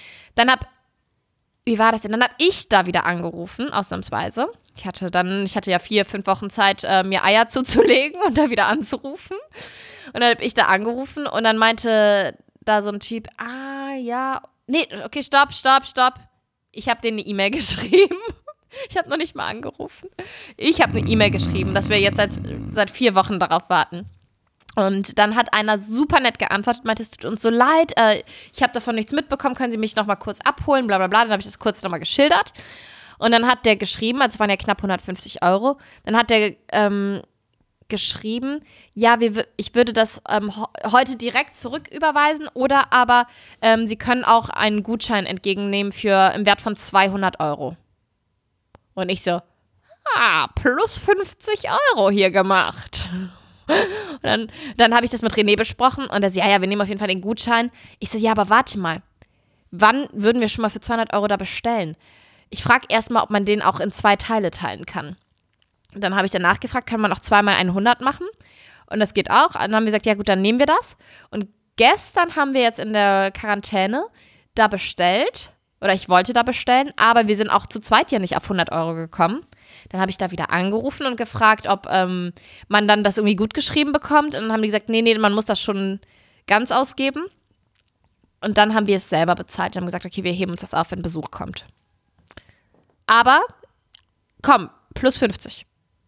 Wie war das denn? Dann habe ich da wieder angerufen, ausnahmsweise. Ich hatte ja 4-5 Wochen Zeit, mir Eier zuzulegen und da wieder anzurufen. Und dann habe ich da angerufen und dann meinte da so ein Typ, okay, stopp. Ich habe denen eine E-Mail geschrieben. Ich habe noch nicht mal angerufen. Ich habe eine E-Mail geschrieben, dass wir jetzt seit 4 Wochen darauf warten. Und dann hat einer super nett geantwortet, meinte, es tut uns so leid, ich habe davon nichts mitbekommen, können Sie mich noch mal kurz abholen, bla bla bla. Dann habe ich das kurz nochmal geschildert. Und dann hat der geschrieben, also es waren ja knapp 150 €, dann hat der geschrieben, ja, ich würde das heute direkt zurücküberweisen oder aber Sie können auch einen Gutschein entgegennehmen im Wert von 200 €. Und ich so, plus 50 € hier gemacht. Und dann habe ich das mit René besprochen und er so, ja, wir nehmen auf jeden Fall den Gutschein. Ich so, ja, aber warte mal, wann würden wir schon mal für 200 € da bestellen? Ich frage erstmal, ob man den auch in 2 Teile teilen kann. Und dann habe ich danach gefragt, kann man auch 2x 100 machen? Und das geht auch. Und dann haben wir gesagt, ja gut, dann nehmen wir das. Und gestern haben wir jetzt in der Quarantäne da bestellt, oder ich wollte da bestellen, aber wir sind auch zu zweit ja nicht auf 100 € gekommen. Dann habe ich da wieder angerufen und gefragt, ob man dann das irgendwie gut geschrieben bekommt. Und dann haben die gesagt, nee, man muss das schon ganz ausgeben. Und dann haben wir es selber bezahlt. Dann haben gesagt, okay, wir heben uns das auf, wenn Besuch kommt. Aber, komm, plus 50.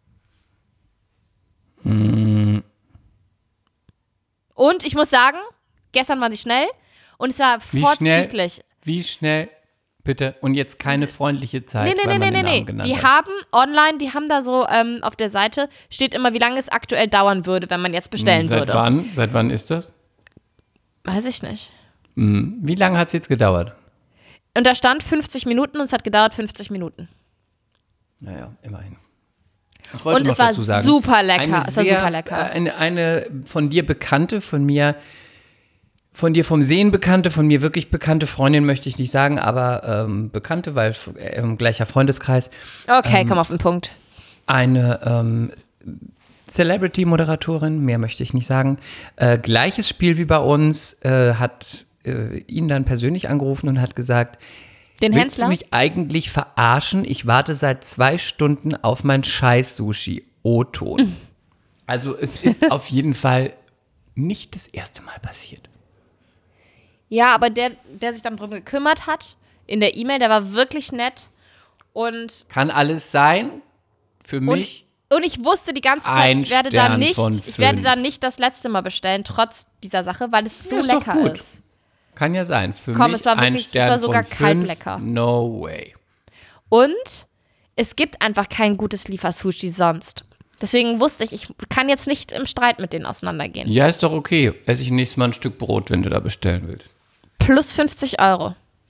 Und ich muss sagen, gestern waren sie schnell und es war vorzüglich. Wie schnell? Bitte. Und jetzt keine freundliche Zeit, weil man den Namen genannt Die hat. haben online, die haben da so auf der Seite, steht immer, wie lange es aktuell dauern würde, wenn man jetzt bestellen würde. Seit wann ist das? Weiß ich nicht. Wie lange hat es jetzt gedauert? Und da stand 50 Minuten und es hat gedauert 50 Minuten. Naja, immerhin. Und es war super lecker. Eine von dir bekannte, von dir vom Sehen bekannte, von mir wirklich bekannte Freundin möchte ich nicht sagen, aber bekannte, weil gleicher Freundeskreis. Okay, komm auf den Punkt. Eine Celebrity-Moderatorin, mehr möchte ich nicht sagen. Gleiches Spiel wie bei uns, hat ihn dann persönlich angerufen und hat gesagt, Den willst Hensler? du mich eigentlich verarschen? Ich warte seit 2 Stunden auf mein Scheiß-Sushi. O-Ton. Also es ist auf jeden Fall nicht das erste Mal passiert. Ja, aber der sich dann drum gekümmert hat, in der E-Mail, der war wirklich nett. Und Kann alles sein. Für mich. Und ich wusste die ganze Zeit, ich werde da nicht das letzte Mal bestellen, trotz dieser Sache, weil es so ist doch lecker gut. ist. Kann ja sein. Für Komm, mich es war ein wirklich, Stern es war sogar von 5. kalt lecker. No way. Und es gibt einfach kein gutes Liefersushi sonst. Deswegen wusste ich kann jetzt nicht im Streit mit denen auseinandergehen. Ja, ist doch okay. Esse ich nächstes Mal ein Stück Brot, wenn du da bestellen willst. Plus 50 €.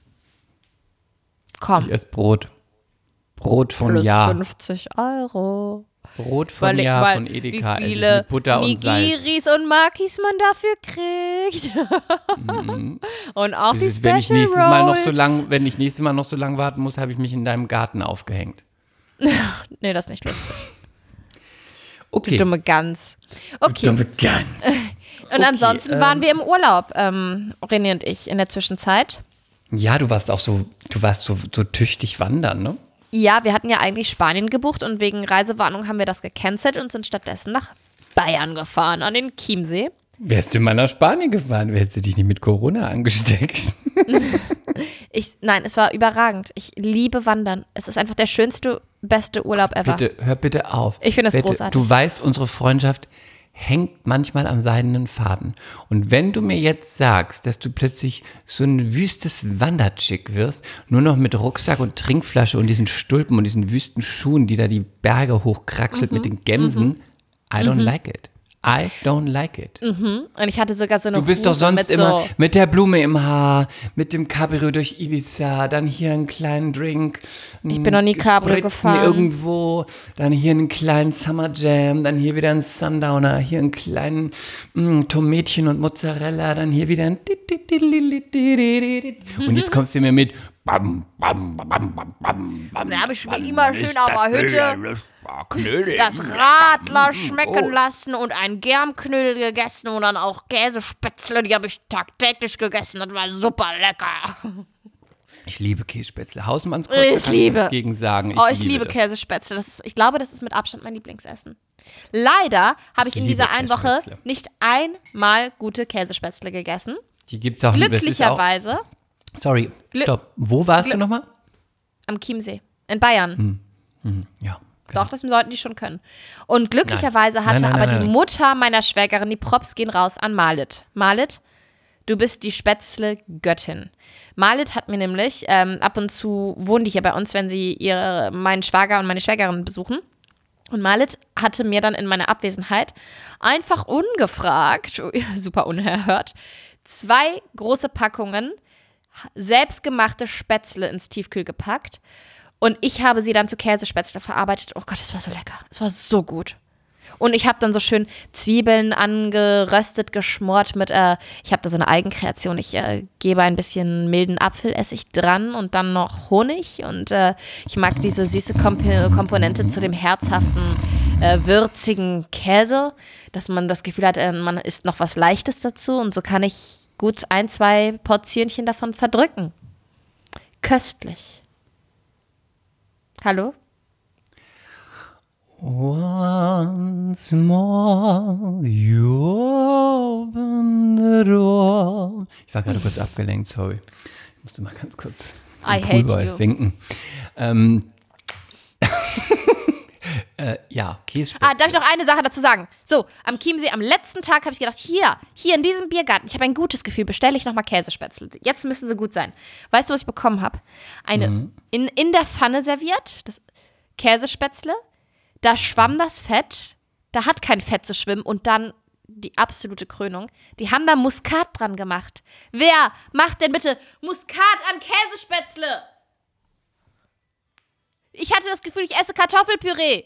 Komm. Ich esse Brot. Brot von Plus Ja. 50 €. Brot von Ja von Edeka. Wie esse ich viele mit Butter und Salz. Nigiris und Makis man dafür kriegt. Und auch die Special Wenn ich nächstes Mal noch so Rolls. lang warten muss, habe ich mich in deinem Garten aufgehängt. Nee, das ist nicht lustig. Okay. Die dumme Gans. Okay. Dumme Gans. Und ansonsten waren wir im Urlaub, René und ich, in der Zwischenzeit. Ja, du warst so tüchtig wandern, ne? Ja, wir hatten ja eigentlich Spanien gebucht und wegen Reisewarnung haben wir das gecancelt und sind stattdessen nach Bayern gefahren, an den Chiemsee. Wärst du mal nach Spanien gefahren, hättest du dich nicht mit Corona angesteckt. Nein, es war überragend. Ich liebe Wandern. Es ist einfach der schönste, beste Urlaub ever. Hör bitte auf. Ich finde es großartig. Du weißt, unsere Freundschaft hängt manchmal am seidenen Faden. Und wenn du mir jetzt sagst, dass du plötzlich so ein wüstes Wanderchick wirst, nur noch mit Rucksack und Trinkflasche und diesen Stulpen und diesen wüsten Schuhen, die da die Berge hochkraxelt mit den Gämsen, I don't like it. I don't like it. Und ich hatte sogar so eine Du bist doch Hose sonst mit immer so mit der Blume im Haar, mit dem Cabrio durch Ibiza, dann hier einen kleinen Drink. Ich bin noch nie Cabrio gefahren. Irgendwo, dann hier einen kleinen Summer Jam, dann hier wieder einen Sundowner, hier einen kleinen Tomätchen und Mozzarella, dann hier wieder ein und jetzt kommst du mir mit Bam, bam, bam, bam, bam, bam. Da habe ich mich immer schön auf der Hütte Knödel. Das Radler schmecken lassen und ein Germknödel gegessen und dann auch Käsespätzle, die habe ich tagtäglich gegessen. Das war super lecker. Ich liebe Kässpätzle. Hausmannskreuz, Ich liebe. nichts gegen sagen. Ich liebe Käsespätzle. Ich glaube, das ist mit Abstand mein Lieblingsessen. Leider habe ich in dieser einen Woche nicht einmal gute Käsespätzle gegessen. Die gibt es auch Glücklicherweise. Sorry, stopp. Wo warst du nochmal? Am Chiemsee. In Bayern. Ja. Doch, das sollten die schon können. Und glücklicherweise hatte aber die Mutter meiner Schwägerin, die Props gehen raus an Malit. Malit, du bist die Spätzle-Göttin. Malit hat mir nämlich, ab und zu wohnen die hier bei uns, wenn sie meinen Schwager und meine Schwägerin besuchen. Und Malit hatte mir dann in meiner Abwesenheit einfach ungefragt, super unerhört, 2 große Packungen selbstgemachte Spätzle ins Tiefkühl gepackt. Und ich habe sie dann zu Käsespätzle verarbeitet. Oh Gott, das war so lecker. Es war so gut. Und ich habe dann so schön Zwiebeln angeröstet, geschmort mit, ich habe da so eine Eigenkreation. Ich gebe ein bisschen milden Apfelessig dran und dann noch Honig. Und ich mag diese süße Komponente zu dem herzhaften, würzigen Käse, dass man das Gefühl hat, man isst noch was Leichtes dazu. Und so kann ich gut 1-2 Portionchen davon verdrücken. Köstlich. Hallo? Once more you open the door. Ich war gerade kurz abgelenkt, sorry. Ich musste mal ganz kurz I hate you. winken. Ja, Käsespätzle. Darf ich noch eine Sache dazu sagen? So, am Chiemsee, am letzten Tag habe ich gedacht, hier in diesem Biergarten, ich habe ein gutes Gefühl, bestelle ich nochmal Käsespätzle. Jetzt müssen sie gut sein. Weißt du, was ich bekommen habe? Eine in der Pfanne serviert, das Käsespätzle, da schwamm das Fett, da hat kein Fett zu schwimmen und dann die absolute Krönung, die haben da Muskat dran gemacht. Wer macht denn bitte Muskat an Käsespätzle? Ich hatte das Gefühl, ich esse Kartoffelpüree.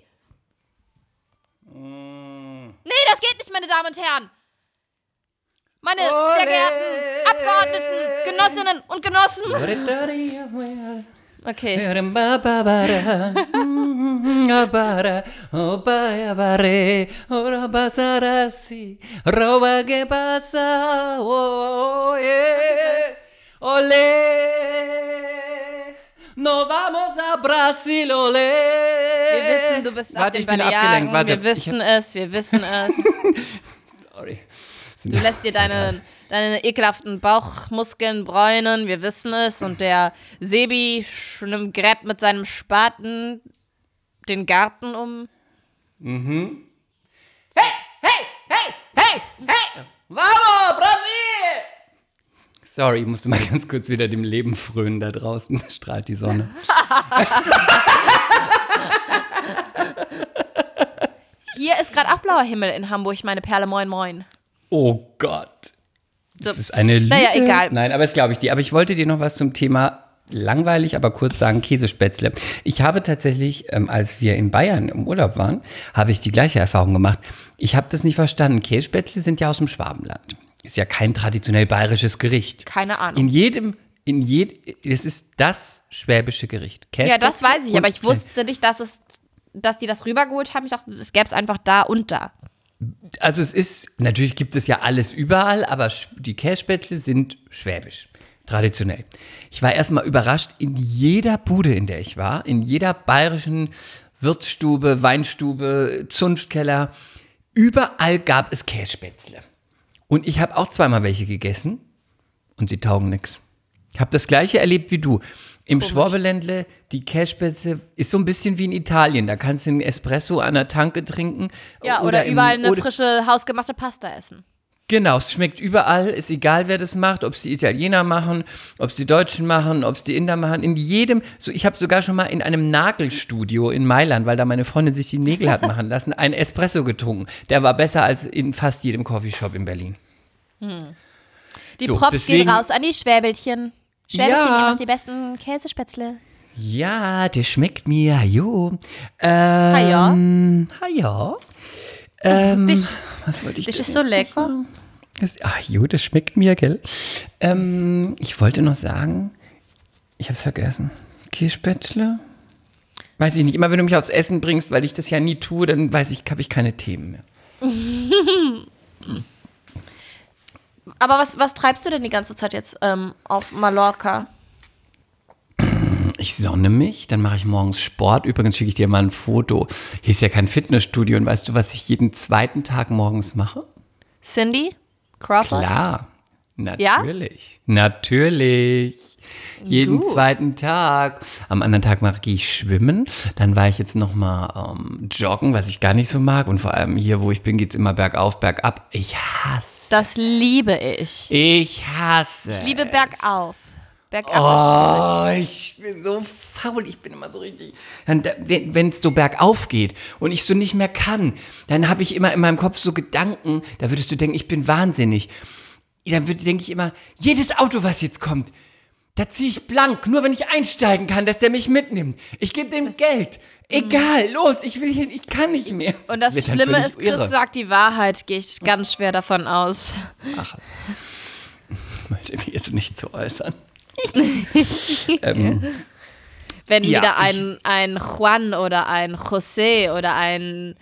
Nee, das geht nicht, meine Damen und Herren. Meine sehr geehrten Abgeordneten, Genossinnen und Genossen. Okay. No vamos a Brasil, ole. Wir wissen, du bist auf den Balearen. Wir wissen es. Sorry. Du lässt dir deine ekelhaften Bauchmuskeln bräunen, wir wissen es. Und der Sebi gräbt mit seinem Spaten den Garten um. Mhm. Hey! Vamos, Brasil! Sorry, ich musste mal ganz kurz wieder dem Leben frönen. Da draußen strahlt die Sonne. Hier ist gerade auch blauer Himmel in Hamburg, meine Perle, moin moin. Oh Gott. Das ist eine Lüge. Naja, egal. Nein, aber das glaube ich dir. Aber ich wollte dir noch was zum Thema langweilig, aber kurz sagen, Käsespätzle. Ich habe tatsächlich, als wir in Bayern im Urlaub waren, habe ich die gleiche Erfahrung gemacht. Ich habe das nicht verstanden. Käsespätzle sind ja aus dem Schwabenland. Ist ja kein traditionell bayerisches Gericht. Keine Ahnung. Es ist das schwäbische Gericht. Ja, das weiß ich, aber ich wusste nicht, dass die das rübergeholt haben. Ich dachte, es gäbe es einfach da und da. Also natürlich gibt es ja alles überall, aber die Kässpätzle sind schwäbisch, traditionell. Ich war erstmal überrascht, in jeder Bude, in der ich war, in jeder bayerischen Wirtsstube, Weinstube, Zunftkeller, überall gab es Kässpätzle. Und ich habe auch zweimal welche gegessen und sie taugen nix. Ich habe das Gleiche erlebt wie du. Im Schwabeländle, die Kässpätzle ist so ein bisschen wie in Italien. Da kannst du einen Espresso an der Tanke trinken. Ja, oder überall eine frische, hausgemachte Pasta essen. Genau, es schmeckt überall. Ist egal, wer das macht. Ob es die Italiener machen, ob es die Deutschen machen, ob es die Inder machen. In jedem, ich habe sogar schon mal in einem Nagelstudio in Mailand, weil da meine Freundin sich die Nägel hat machen lassen, einen Espresso getrunken. Der war besser als in fast jedem Coffeeshop in Berlin. Die Props gehen raus an die Schwäbelchen. Schwäbelchen, ihr macht die besten Käsespätzle. Ja, der schmeckt mir, jo. Ja. Was wollte ich Das denn ist so jetzt lecker. sagen? Das schmeckt mir, gell? Ich wollte noch sagen, ich hab's vergessen. Kässpätzle? Weiß ich nicht, immer wenn du mich aufs Essen bringst, weil ich das ja nie tue, dann habe ich keine Themen mehr. Aber was treibst du denn die ganze Zeit jetzt auf Mallorca? Ich sonne mich, dann mache ich morgens Sport. Übrigens schicke ich dir mal ein Foto. Hier ist ja kein Fitnessstudio. Und weißt du, was ich jeden zweiten Tag morgens mache? Cindy Crawford? Klar, natürlich. Ja? Natürlich. Jeden zweiten Tag. Am anderen Tag gehe ich schwimmen. Dann war ich jetzt noch mal joggen, was ich gar nicht so mag. Und vor allem hier, wo ich bin, geht es immer bergauf, bergab. Ich hasse. Das liebe ich. Ich hasse. Ich liebe bergauf. Bergab ich bin so faul, ich bin immer so richtig. Wenn es so bergauf geht und ich so nicht mehr kann, dann habe ich immer in meinem Kopf so Gedanken, da würdest du denken, ich bin wahnsinnig. Dann denke ich immer, jedes Auto, was jetzt kommt, da ziehe ich blank, nur wenn ich einsteigen kann, dass der mich mitnimmt. Ich gebe dem Geld. Egal, los, ich kann nicht mehr. Und das Schlimme ist, Chris sagt die Wahrheit, gehe ich ganz schwer davon aus. Ach, ich möchte mich jetzt nicht so äußern. Wenn wieder ein Juan oder ein José oder ein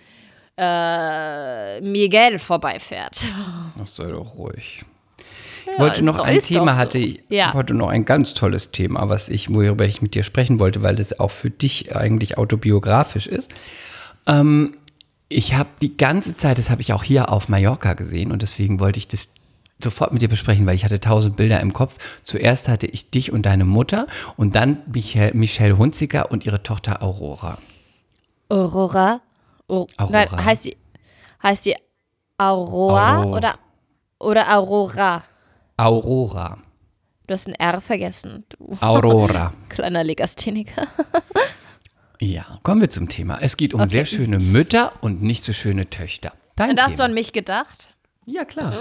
Miguel vorbeifährt. Ach, sei doch ruhig. Ich wollte noch ein ganz tolles Thema, worüber ich mit dir sprechen wollte, weil das auch für dich eigentlich autobiografisch ist. Ich habe die ganze Zeit, das habe ich auch hier auf Mallorca gesehen und deswegen wollte ich das sofort mit dir besprechen, weil ich hatte 1000 Bilder im Kopf. Zuerst hatte ich dich und deine Mutter und dann Michelle Hunziker und ihre Tochter Aurora. Aurora? Nein, heißt die Aurora oder Aurora? Aurora. Du hast ein R vergessen. Du. Aurora. Kleiner Legastheniker. Ja, kommen wir zum Thema. Es geht um sehr schöne Mütter und nicht so schöne Töchter. Und da hast du an mich gedacht? Ja, klar.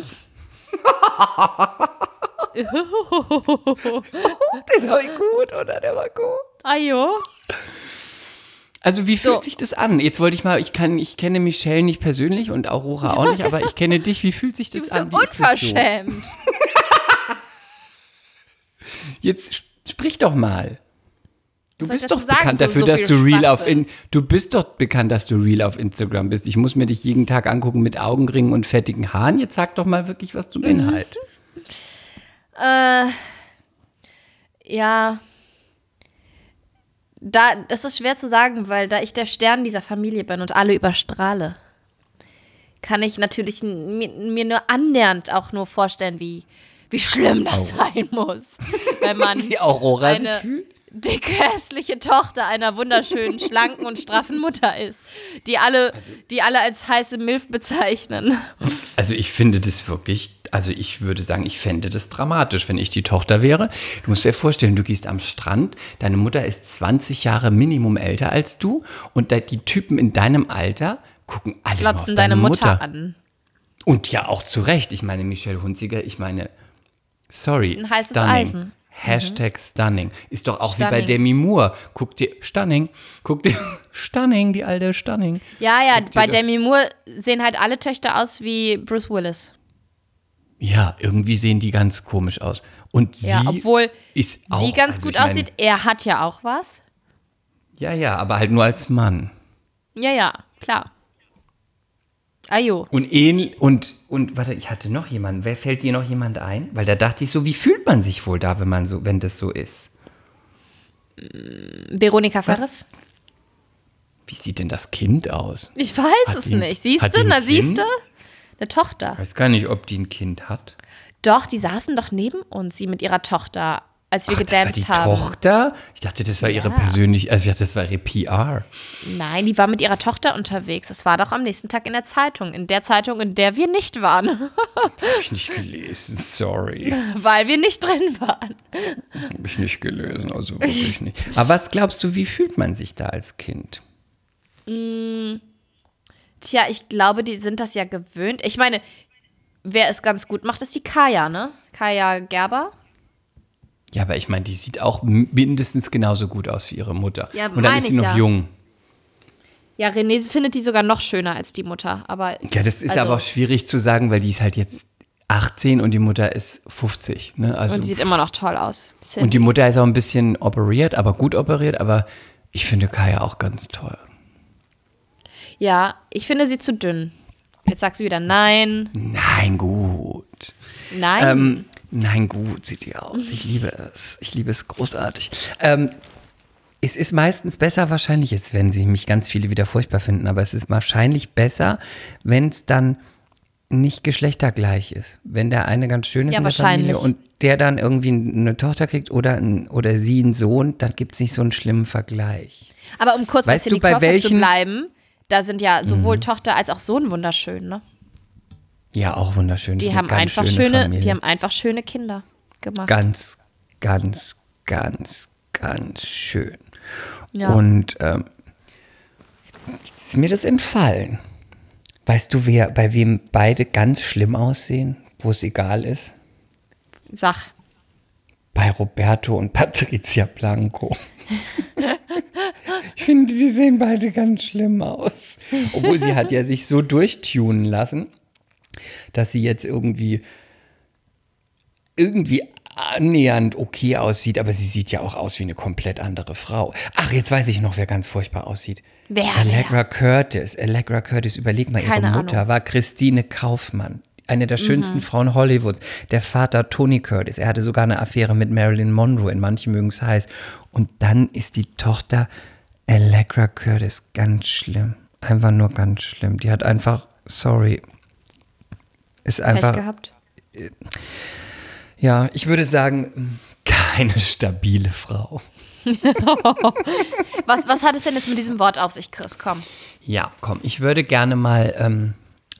Den war gut, oder? Der war gut. Ajo. Also wie fühlt sich das an? Jetzt wollte ich mal, ich kenne Michelle nicht persönlich und Aurora auch nicht, aber ich kenne dich. Wie fühlt sich das an? Du bist so unverschämt. Jetzt sprich doch mal. Du bist doch bekannt dafür, dass du real dass du real auf Instagram bist. Ich muss mir dich jeden Tag angucken mit Augenringen und fettigen Haaren. Jetzt sag doch mal wirklich was zum Inhalt. Ja. Das ist schwer zu sagen, weil da ich der Stern dieser Familie bin und alle überstrahle, kann ich natürlich mir nur annähernd auch nur vorstellen, wie schlimm das sein muss, wenn man die Aurora sich fühlt. Dicke, hässliche Tochter einer wunderschönen, schlanken und straffen Mutter ist, die alle als heiße Milf bezeichnen. Also ich finde das wirklich, ich würde sagen, ich fände das dramatisch, wenn ich die Tochter wäre. Du musst dir vorstellen, du gehst am Strand, deine Mutter ist 20 Jahre Minimum älter als du und die Typen in deinem Alter gucken alle nur auf deine Mutter an. Und ja, auch zu Recht. Ich meine, Michelle Hunziker, sorry, ist ein heißes stunning. Eisen. Hashtag stunning. Ist doch auch stunning. Wie bei Demi Moore. Stunning, die alte Stunning. Ja, bei Demi Moore sehen halt alle Töchter aus wie Bruce Willis. Ja, irgendwie sehen die ganz komisch aus. Und obwohl ist auch, sie ganz gut aussieht, er hat ja auch was. Ja, aber halt nur als Mann. Ja, klar. Ajo. Und warte, ich hatte noch jemanden. Fällt dir noch jemand ein? Weil da dachte ich so, wie fühlt man sich wohl da, wenn das so ist? Veronika Ferres? Wie sieht denn das Kind aus? Ich weiß es nicht. Siehst du? Eine Tochter. Ich weiß gar nicht, ob die ein Kind hat. Doch, die saßen doch neben uns, sie mit ihrer Tochter, als wir gedanced haben. Das war die Tochter? Ich dachte, das war ihre das war ihre PR. Nein, die war mit ihrer Tochter unterwegs. Das war doch am nächsten Tag in der Zeitung. In der Zeitung, in der wir nicht waren. Das habe ich nicht gelesen, sorry. Weil wir nicht drin waren. Habe ich nicht gelesen, also wirklich nicht. Aber was glaubst du, wie fühlt man sich da als Kind? Tja, ich glaube, die sind das ja gewöhnt. Ich meine, wer es ganz gut macht, ist die Kaya, ne? Kaya Gerber. Ja, aber ich meine, die sieht auch mindestens genauso gut aus wie ihre Mutter. Ja, und dann ist sie noch jung. Ja, René findet die sogar noch schöner als die Mutter. Aber ja, das ist aber auch schwierig zu sagen, weil die ist halt jetzt 18 und die Mutter ist 50. Ne? Also, und sie sieht immer noch toll aus. Und die Mutter ist auch ein bisschen operiert, aber gut operiert. Aber Ich finde Kaya auch ganz toll. Ja, ich finde sie zu dünn. Jetzt sagst du wieder nein. Nein, gut. Nein. Nein, gut sieht die aus. Ich liebe es. Ich liebe es großartig. Es ist meistens besser wahrscheinlich, jetzt werden sich mich ganz viele wieder furchtbar finden, aber es ist wahrscheinlich besser, wenn es dann nicht geschlechtergleich ist. Wenn der eine ganz schön ist Ja, in der wahrscheinlich. Familie und der dann irgendwie eine Tochter kriegt oder sie einen Sohn, dann gibt es nicht so einen schlimmen Vergleich. Aber um kurz bei Weißt du, Cindy bei Crawford zu welchen- bleiben, da sind ja sowohl Tochter als auch Sohn wunderschön, ne? Ja, auch wunderschön. Die Das ist haben eine ganz einfach schöne Familie. die haben einfach schöne Kinder gemacht. Ganz, ganz, ganz, ganz schön. Ja. Und ist mir das entfallen. Weißt du, bei wem beide ganz schlimm aussehen, wo es egal ist? Sag. Bei Roberto und Patricia Blanco. Ich finde, die sehen beide ganz schlimm aus. Obwohl sie hat ja sich so durchtunen lassen, dass sie jetzt irgendwie annähernd okay aussieht, aber sie sieht ja auch aus wie eine komplett andere Frau. Ach, jetzt weiß ich noch, wer ganz furchtbar aussieht. Wer? Allegra Curtis. Allegra Curtis, überleg mal, Keine ihre Mutter Ahnung. war Christine Kaufmann. Eine der schönsten Frauen Hollywoods. Der Vater Tony Curtis. Er hatte sogar eine Affäre mit Marilyn Monroe. In manchen mögen es heiß. Und dann ist die Tochter Allegra Curtis ganz schlimm. Einfach nur ganz schlimm. Die hat einfach, sorry, ist Pech einfach, gehabt. ja, ich würde sagen, keine stabile Frau. Was hat es denn jetzt mit diesem Wort auf sich, Chris? Komm. Ja, komm, ich würde gerne mal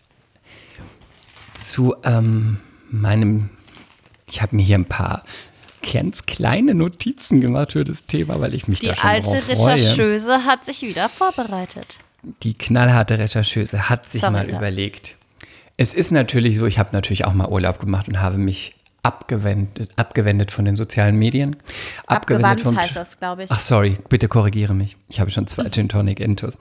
zu meinem, ich habe mir hier ein paar ganz kleine Notizen gemacht für das Thema, weil ich mich Die da schon alte drauf freue. Rechercheuse hat sich wieder vorbereitet. Die knallharte Rechercheuse hat sich Sorry, mal ja. überlegt. Es ist natürlich so, ich habe natürlich auch mal Urlaub gemacht und habe mich abgewendet von den sozialen Medien. Abgewandt vom heißt das, glaube ich. Ach, sorry, bitte korrigiere mich. Ich habe schon 2 Gin Tonic Intus.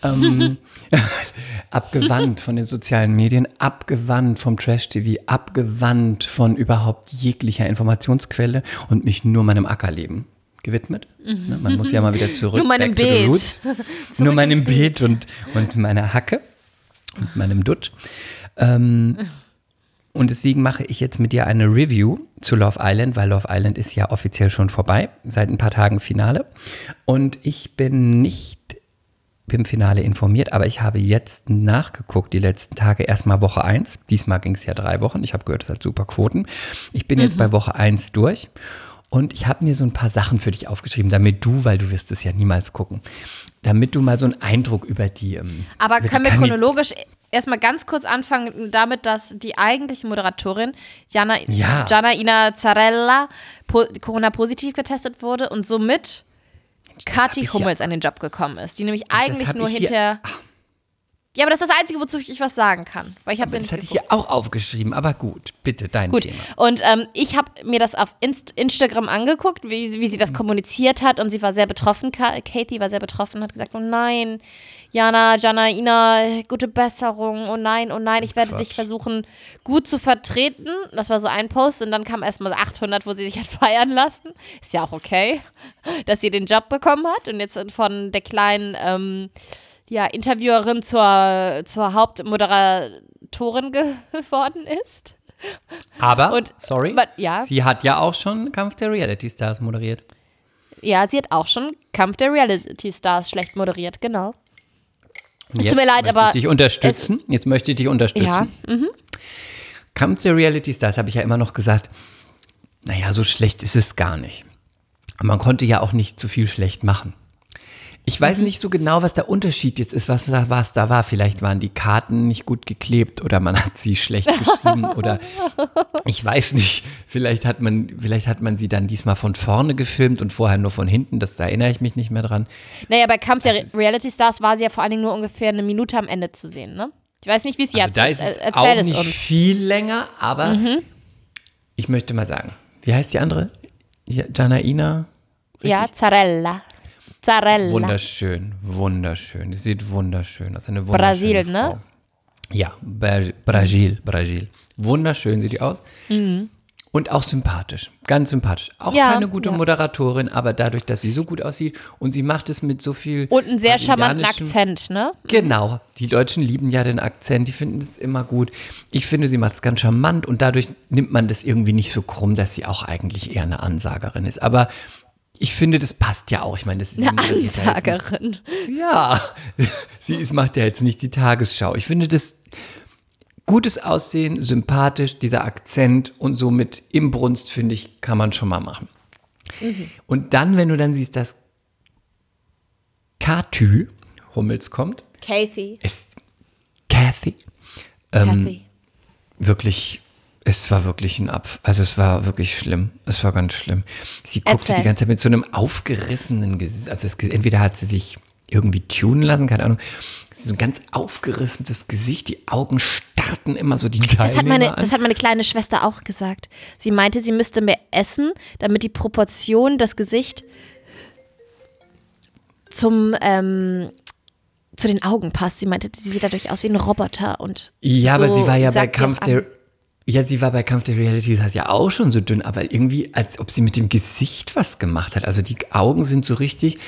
Abgewandt von den sozialen Medien, abgewandt vom Trash-TV, abgewandt von überhaupt jeglicher Informationsquelle und mich nur meinem Ackerleben gewidmet. Ne, man muss ja mal wieder zurück. Nur meinem back to the Beet. roots. Nur meinem Beet und meiner Hacke und meinem Dutt. Und deswegen mache ich jetzt mit dir eine Review zu Love Island, weil Love Island ist ja offiziell schon vorbei, seit ein paar Tagen Finale. Und ich bin nicht im Finale informiert, aber ich habe jetzt nachgeguckt, die letzten Tage, erstmal Woche 1. Diesmal ging es ja 3 Wochen. Ich habe gehört, es hat super Quoten. Ich bin jetzt bei Woche 1 durch. Und ich habe mir so ein paar Sachen für dich aufgeschrieben, damit du, weil du wirst es ja niemals gucken, damit du mal so einen Eindruck über die Aber über können die wir chronologisch erstmal ganz kurz anfangen damit, dass die eigentliche Moderatorin Janaina Zarella Corona-positiv getestet wurde und somit Kathi Hummels an den Job gekommen ist, die nämlich eigentlich nur hinterher... Ja, aber das ist das Einzige, wozu ich was sagen kann, weil ich habe es ja Das nicht hatte ich geguckt. hier auch aufgeschrieben, aber gut, bitte, dein Gut, Thema. und ich habe mir das auf Instagram angeguckt, wie sie das kommuniziert hat und sie war sehr betroffen, Katie war sehr betroffen, hat gesagt, oh nein, Janaina, gute Besserung, oh nein, ich werde dich versuchen gut zu vertreten. Das war so ein Post und dann kam erstmal 800, wo sie sich hat feiern lassen. Ist ja auch okay, dass sie den Job bekommen hat und jetzt von der kleinen Interviewerin zur Hauptmoderatorin geworden ist. Aber, sorry, ja. sie hat ja auch schon Kampf der Reality Stars moderiert. Ja, sie hat auch schon Kampf der Reality Stars schlecht moderiert, genau. Und Es tut mir leid, aber Jetzt möchte ich dich unterstützen. Ja, Kampf der Reality Stars habe ich ja immer noch gesagt, naja, so schlecht ist es gar nicht. Man konnte ja auch nicht zu viel schlecht machen. Ich weiß nicht so genau, was der Unterschied jetzt ist, was da war. Vielleicht waren die Karten nicht gut geklebt oder man hat sie schlecht geschrieben oder ich weiß nicht. Vielleicht hat man sie dann diesmal von vorne gefilmt und vorher nur von hinten. Da erinnere ich mich nicht mehr dran. Naja, bei Kampf der Reality Stars war sie ja vor allen Dingen nur ungefähr eine Minute am Ende zu sehen, ne? Ich weiß nicht, wie es jetzt Da ist es Erzähl auch es nicht uns. viel länger, aber ich möchte mal sagen, wie heißt die andere? Janaina? Ja, Zarella. Wunderschön. Sie sieht wunderschön aus. Eine Brasil, wunderschöne Frau. ne? Ja, Brasil. Wunderschön sieht die aus. Und auch sympathisch, ganz sympathisch. Auch Ja, keine gute ja. Moderatorin, aber dadurch, dass sie so gut aussieht und sie macht es mit so viel Und einen sehr charmanten brasilianischem- Akzent, ne? Genau, die Deutschen lieben ja den Akzent, die finden es immer gut. Ich finde, sie macht es ganz charmant und dadurch nimmt man das irgendwie nicht so krumm, dass sie auch eigentlich eher eine Ansagerin ist. Aber ich finde, das passt ja auch. Ich meine, das ist Eine die ist ja jetzt Ansagerin. ja, macht ja jetzt nicht die Tagesschau. Ich finde das gutes Aussehen, sympathisch, dieser Akzent und so mit Imbrunst, finde ich, kann man schon mal machen. Und dann, wenn du dann siehst, dass Kathy Hummels kommt, Kathy. ist Kathy, Kathy. wirklich, es war wirklich also es war wirklich schlimm. Es war ganz schlimm. Sie guckte Erzähl. die ganze Zeit mit so einem aufgerissenen Gesicht. Also entweder hat sie sich irgendwie tunen lassen, keine Ahnung. So ein ganz aufgerissenes Gesicht, die Augen starrten immer so die Teilnehmer an. Das hat meine kleine Schwester auch gesagt. Sie meinte, sie müsste mehr essen, damit die Proportion, das Gesicht zu den Augen passt. Sie meinte, sie sieht dadurch aus wie ein Roboter und Ja, aber so sie war ja bei sagt sie Kampf auch der an. Ja, sie war bei Kampf der Reality, das heißt ja auch schon so dünn, aber irgendwie, als ob sie mit dem Gesicht was gemacht hat. Also die Augen sind so richtig.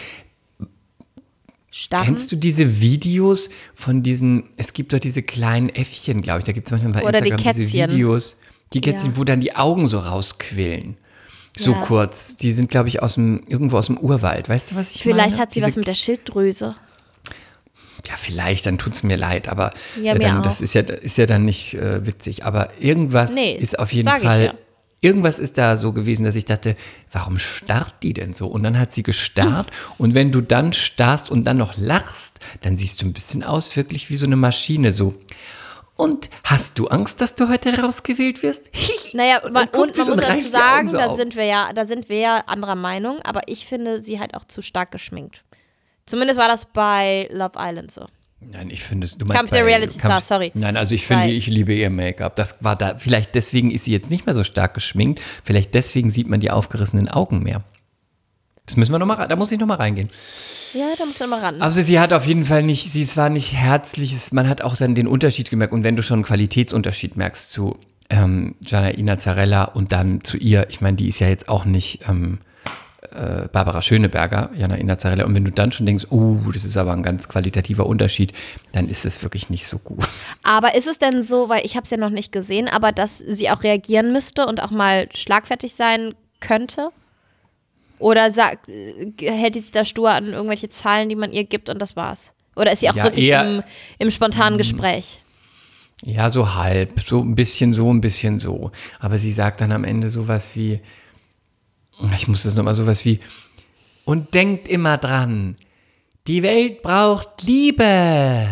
Starren. Kennst du diese Videos von diesen, es gibt doch diese kleinen Äffchen, glaube ich, da gibt es manchmal bei Oder die Instagram diese Kätzchen. Videos, die Kätzchen, Ja. wo dann die Augen so rausquillen. So Ja. kurz. Die sind, glaube ich, irgendwo aus dem Urwald. Weißt du, was ich Vielleicht meine? hat sie was mit der Schilddrüse. Ja, vielleicht, dann tut es mir leid, aber Ja, mir dann, auch. das ist ja dann nicht witzig. Aber irgendwas Nee, ist auf jeden sag ich Fall, ja. irgendwas ist da so gewesen, dass ich dachte, warum starrt die denn so? Und dann hat sie gestarrt und wenn du dann starrst und dann noch lachst, dann siehst du ein bisschen aus, wirklich wie so eine Maschine, so. Und hast du Angst, dass du heute rausgewählt wirst? Naja, Und man dann guckt muss sie so und dazu reißt die Augen sagen, so da auf. sind wir ja anderer Meinung, aber ich finde sie halt auch zu stark geschminkt. Zumindest war das bei Love Island so. Nein, ich finde es, du meinst Kampf der Reality Stars, sorry. Nein, also ich finde, Bei- ich liebe ihr Make-up. Das war da, vielleicht deswegen ist sie jetzt nicht mehr so stark geschminkt. Vielleicht deswegen sieht man die aufgerissenen Augen mehr. Das müssen wir nochmal, da muss ich nochmal reingehen. Ja, da muss man mal ran. Also sie hat auf jeden Fall nicht, es war nicht herzlich, man hat auch dann den Unterschied gemerkt. Und wenn du schon einen Qualitätsunterschied merkst zu Janaina Zarella und dann zu ihr, ich meine, die ist ja jetzt auch nicht Barbara Schöneberger, Janaina Zarella. Und wenn du dann schon denkst, das ist aber ein ganz qualitativer Unterschied, dann ist es wirklich nicht so gut. Aber ist es denn so, weil ich habe es ja noch nicht gesehen, aber dass sie auch reagieren müsste und auch mal schlagfertig sein könnte? Oder hält sie sich da stur an irgendwelche Zahlen, die man ihr gibt und das war's? Oder ist sie auch Ja, wirklich eher- im spontanen Gespräch? Ja, so halb, so ein bisschen so, ein bisschen so. Aber sie sagt dann am Ende sowas wie, ich muss das nochmal sowas wie, und denkt immer dran, die Welt braucht Liebe.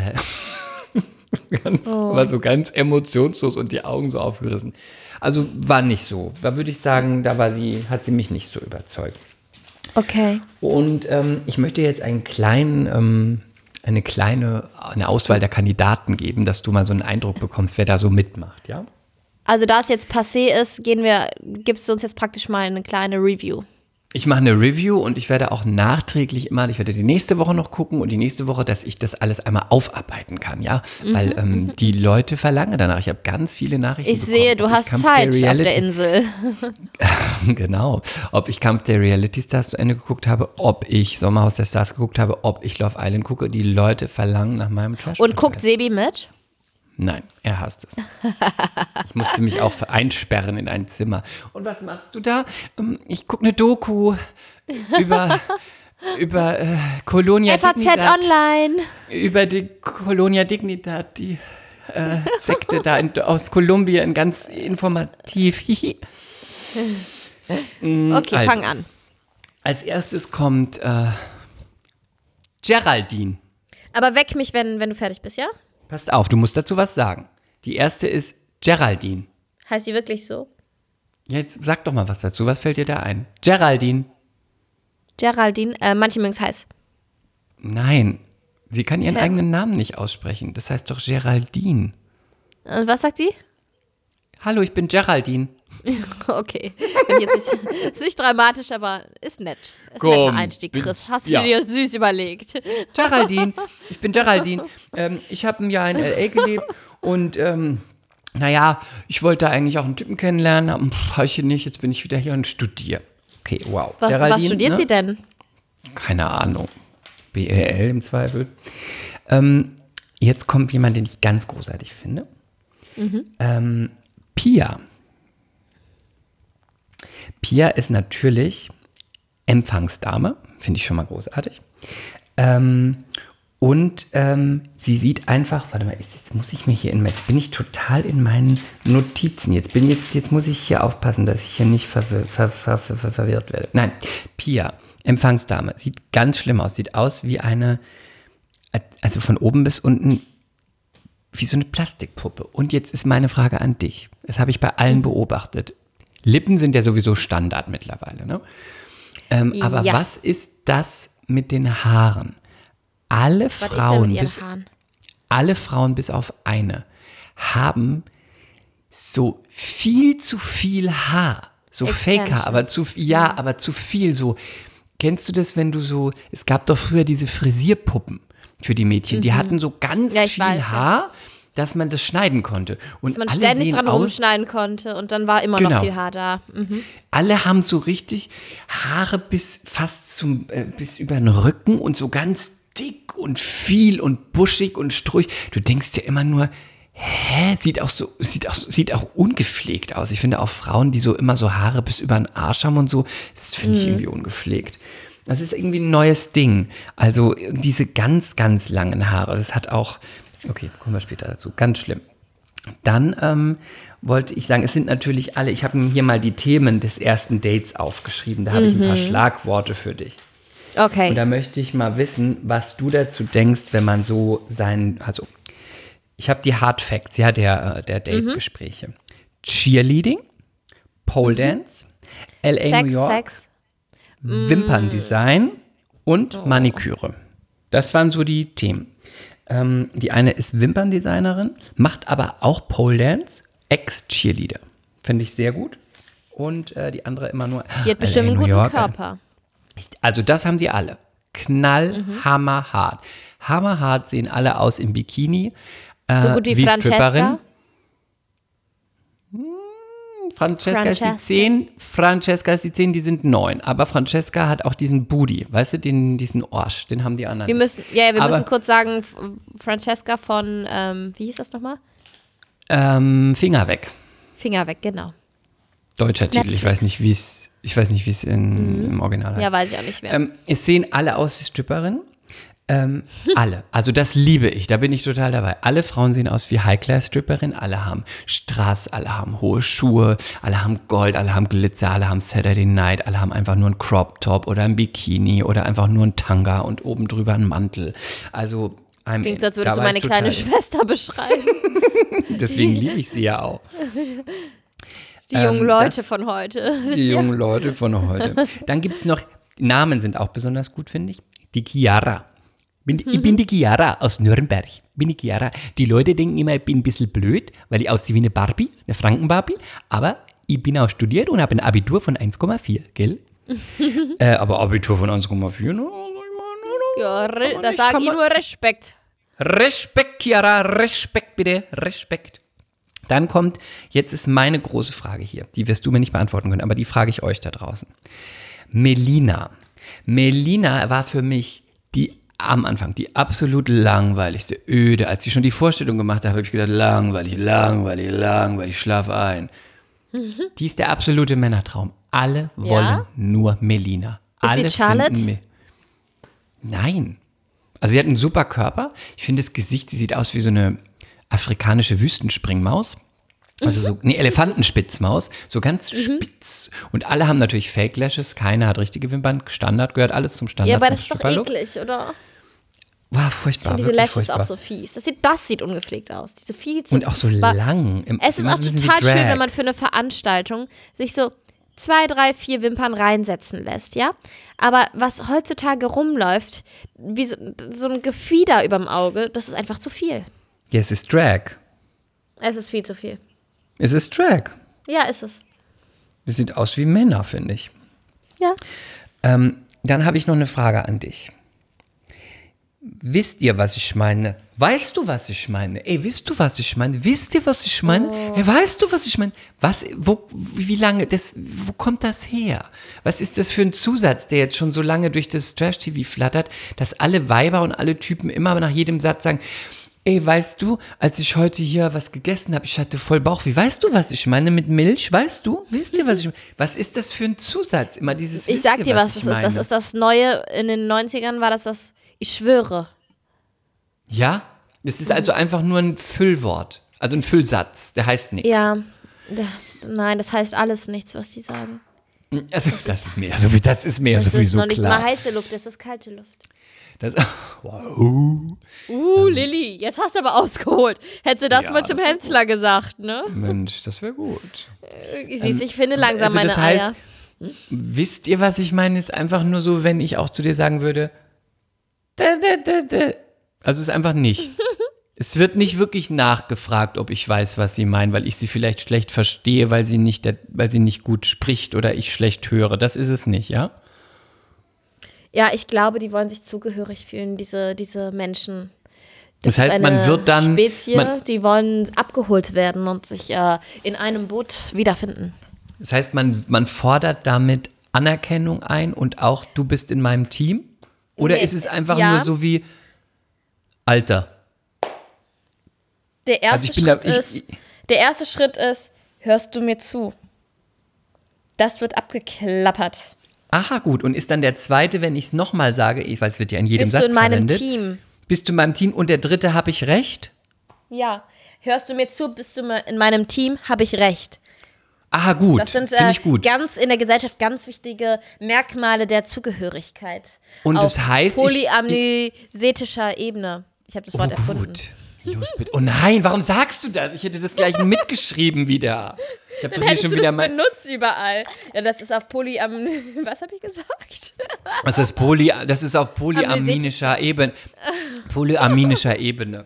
War so ganz emotionslos und die Augen so aufgerissen. Also war nicht so. Da würde ich sagen, hat sie mich nicht so überzeugt. Okay. Und ich möchte jetzt eine Auswahl der Kandidaten geben, dass du mal so einen Eindruck bekommst, wer da so mitmacht, ja? Also da es jetzt passé ist, gibst du uns jetzt praktisch mal eine kleine Review. Ich mache eine Review und ich werde auch nachträglich ich werde die nächste Woche noch gucken und die nächste Woche, dass ich das alles einmal aufarbeiten kann, ja? Weil die Leute verlangen danach. Ich habe ganz viele Nachrichten Ich bekommen. sehe, du ob ich hast Kampf Zeit auf Reality- der Insel. Genau. Ob ich Kampf der Reality Stars zu Ende geguckt habe, ob ich Sommerhaus der Stars geguckt habe, ob ich Love Island gucke. Die Leute verlangen nach meinem Trash. Und guckt Sebi mit? Nein, er hasst es. Ich musste mich auch einsperren in ein Zimmer. Und was machst du da? Ich gucke eine Doku über Colonia FAZ Dignidad. Online. Über die Colonia Dignidad, die Sekte da aus Kolumbien, ganz informativ. Okay, Also. fang an. Als erstes kommt Geraldine. Aber weck mich, wenn du fertig bist, ja? Passt auf, du musst dazu was sagen. Die erste ist Geraldine. Heißt sie wirklich so? Jetzt sag doch mal was dazu. Was fällt dir da ein? Geraldine. Geraldine, manche mögen es heiß. Nein, sie kann ihren Hä? eigenen Namen nicht aussprechen. Das heißt doch Geraldine. Und was sagt sie? Hallo, ich bin Geraldine. Okay. Bin jetzt ist nicht dramatisch, aber ist nett. Ist ein Komm, netter Einstieg, Chris. Hast du ja. dir süß überlegt. Geraldine, ich bin Geraldine. Ich habe ein Jahr in L.A. gelebt und naja, ich wollte eigentlich auch einen Typen kennenlernen, habe ich hier nicht, jetzt bin ich wieder hier und studiere. Okay, wow. Was studiert sie denn? Keine Ahnung. BWL im Zweifel. Jetzt kommt jemand, den ich ganz großartig finde. Pia. Pia ist natürlich Empfangsdame, finde ich schon mal großartig. Und sie sieht einfach, warte mal, jetzt muss ich mir jetzt bin ich total in meinen Notizen. Jetzt muss ich hier aufpassen, dass ich hier nicht verwirrt werde. Nein, Pia, Empfangsdame, sieht ganz schlimm aus. Sieht aus wie also von oben bis unten, wie so eine Plastikpuppe. Und jetzt ist meine Frage an dich. Das habe ich bei allen beobachtet. Lippen sind ja sowieso Standard mittlerweile, ne? Aber was ist das mit den Haaren? Alle Frauen bis auf eine haben so viel zu viel Haar. So Fake-Haar, aber zu viel so. Kennst du das, wenn du so, es gab doch früher diese Frisierpuppen für die Mädchen, die hatten so ganz viel Haar, dass man das schneiden konnte. Und dass man alle ständig sehen dran rumschneiden konnte und dann war immer noch viel Haar da. Alle haben so richtig Haare bis über den Rücken und so ganz dick und viel und buschig und struich. Du denkst ja immer nur, sieht auch ungepflegt aus. Ich finde auch Frauen, die so immer so Haare bis über den Arsch haben und so, das finde ich irgendwie ungepflegt. Das ist irgendwie ein neues Ding. Also diese ganz, ganz langen Haare, das hat auch, okay, kommen wir später dazu, ganz schlimm. Dann wollte ich sagen, es sind natürlich alle, ich habe mir hier mal die Themen des ersten Dates aufgeschrieben, da habe ich ein paar Schlagworte für dich. Okay. Und da möchte ich mal wissen, was du dazu denkst, wenn man so ich habe die Hard Facts, ja, der Date-Gespräche. Cheerleading, Pole Dance, LA, New York, Sex. Wimperndesign und Maniküre. Das waren so die Themen. Die eine ist Wimperndesignerin, macht aber auch Pole Dance, Ex-Cheerleader. Finde ich sehr gut. Und die andere immer nur Die hat bestimmt einen guten Körper. Also das haben die alle. Hammerhart. Hammerhart sehen alle aus im Bikini. So gut wie Francesca. Francesca ist die 10, Francesca ist die 10, die sind 9. Aber Francesca hat auch diesen Booty, weißt du, diesen Orsch, den haben die anderen. Wir müssen kurz sagen, Francesca von, wie hieß das nochmal? Finger weg. Finger weg, genau. Deutscher Netflix. Titel, ich weiß nicht, wie es im Original heißt. Ja, weiß ich auch nicht mehr. Es sehen alle aus wie Stripperinnen. Alle. Also das liebe ich, da bin ich total dabei. Alle Frauen sehen aus wie High-Class-Stripperinnen, alle haben Strass, alle haben hohe Schuhe, alle haben Gold, alle haben Glitzer, alle haben Saturday Night, alle haben einfach nur einen Crop-Top oder ein Bikini oder einfach nur einen Tanga und oben drüber einen Mantel. Also klingt so, als würdest du meine kleine Schwester beschreiben. Deswegen liebe ich sie ja auch. Die jungen Leute von heute. Die jungen Leute von heute. Dann gibt es noch, Namen sind auch besonders gut, finde ich. Die Chiara. Ich bin die Chiara aus Nürnberg. Bin die Chiara. Die Leute denken immer, ich bin ein bisschen blöd, weil ich aussehe wie eine Barbie, eine Franken-Barbie. Aber ich bin auch studiert und habe ein Abitur von 1,4, gell? Aber Abitur von 1,4, ne? Ja, da sage ich nur Respekt. Respekt, Chiara, Respekt bitte, Respekt. Dann kommt, jetzt ist meine große Frage hier, die wirst du mir nicht beantworten können, aber die frage ich euch da draußen. Melina. Melina war für mich am Anfang die absolut langweiligste, öde. Als ich schon die Vorstellung gemacht habe, habe ich gedacht, langweilig, schlaf ein. Die ist der absolute Männertraum. Alle wollen nur Melina. Ist alle sie Charlotte? Nein. Also sie hat einen super Körper. Ich finde das Gesicht, sie sieht aus wie so eine afrikanische Wüstenspringmaus. Also so eine Elefantenspitzmaus, so ganz spitz. Und alle haben natürlich Fake Lashes, keiner hat richtige Wimpern. Standard, gehört alles zum Standard. Ja, aber das ist doch eklig, oder? War furchtbar, diese wirklich Lashes furchtbar. auch so fies. Das sieht ungepflegt aus. Diese viel zu Und auch so lang. Es ist auch total schön, wenn man für eine Veranstaltung sich so 2, 3, 4 Wimpern reinsetzen lässt, ja? Aber was heutzutage rumläuft, wie so ein Gefieder überm Auge, das ist einfach zu viel. Ja, es ist Drag. Es ist viel zu viel. Es ist Drag. Ja, ist es. Es sieht aus wie Männer, finde ich. Ja. Dann habe ich noch eine Frage an dich. Wisst ihr, was ich meine? Weißt du, was ich meine? Ey, wisst du, was ich meine? Wisst ihr, was ich meine? Hey, weißt du, was ich meine? Wie lange, wo kommt das her? Was ist das für ein Zusatz, der jetzt schon so lange durch das Trash-TV flattert, dass alle Weiber und alle Typen immer nach jedem Satz sagen, ey, weißt du, als ich heute hier was gegessen habe, ich hatte voll Bauchweh. Weißt du, was ich meine mit Milch? Weißt du? Wisst ihr, was ich meine? Was ist das für ein Zusatz? Immer dieses Ich sag dir, was es ist. Das ist das Neue, in den 90ern war das, ich schwöre. Ja? Das ist also einfach nur ein Füllwort. Also ein Füllsatz, der heißt nichts. Ja, das heißt alles nichts, was die sagen. Also das ist mir sowieso Das ist sowieso noch nicht klar. mal heiße Luft, das ist kalte Luft. Wow. Lilly, jetzt hast du aber ausgeholt. Hättest du das Ja, mal zum das war Hensler gesagt, ne? Mensch, das wäre gut. Siehst, ich finde langsam also meine das heißt, Eier. Wisst ihr, was ich meine? Ist einfach nur so, wenn ich auch zu dir sagen würde, also es ist einfach nichts. Es wird nicht wirklich nachgefragt, ob ich weiß, was sie meinen, weil ich sie vielleicht schlecht verstehe, weil sie nicht gut spricht oder ich schlecht höre. Das ist es nicht, ja? Ja, ich glaube, die wollen sich zugehörig fühlen, diese Menschen. Das heißt, ist man eine wird dann Spezie, die wollen abgeholt werden und sich in einem Boot wiederfinden. Das heißt, man fordert damit Anerkennung ein und auch du bist in meinem Team? Oder Nee, ist es einfach ja. nur so wie Alter? Der erste Schritt ist, hörst du mir zu? Das wird abgeklappert. Aha, gut. Und ist dann der zweite, wenn ich es nochmal sage, weil es wird ja in jedem Bist Satz du in meinem verwendet. Team? Bist du in meinem Team und der dritte, habe ich recht? Ja. Hörst du mir zu? Bist du in meinem Team? Habe ich recht. Aha, gut. Das sind finde ich gut. ganz in der Gesellschaft ganz wichtige Merkmale der Zugehörigkeit. Und auf das heißt, polyamnesetischer Ebene. Ich habe das Wort erfunden. Gut. Los, bitte. Oh nein, warum sagst du das? Ich hätte das gleich mitgeschrieben wieder. Ich habe doch hier Hättest schon du wieder das benutzt überall. Ja, das ist auf was habe ich gesagt? Das ist auf polyaminischer Ebene. Polyaminischer Ebene.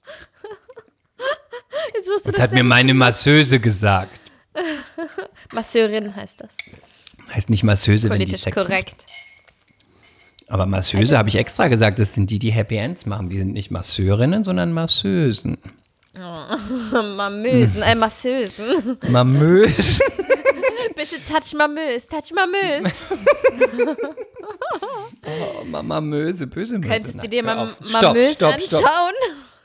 Jetzt musst du Das hat mir meine Masseuse gesagt. Masseurin heißt das. Heißt nicht Masseuse, wenn die Politisch Sex macht. korrekt. Aber Masseuse habe ich extra gesagt, das sind die Happy Ends machen. Die sind nicht Masseurinnen, sondern Masseusen. Masseusen. Mamösen. Bitte touch Mamös. Oh, Mamöse, böse Möse. Könntest du dir Hör mal auf. Mamös Stopp. anschauen?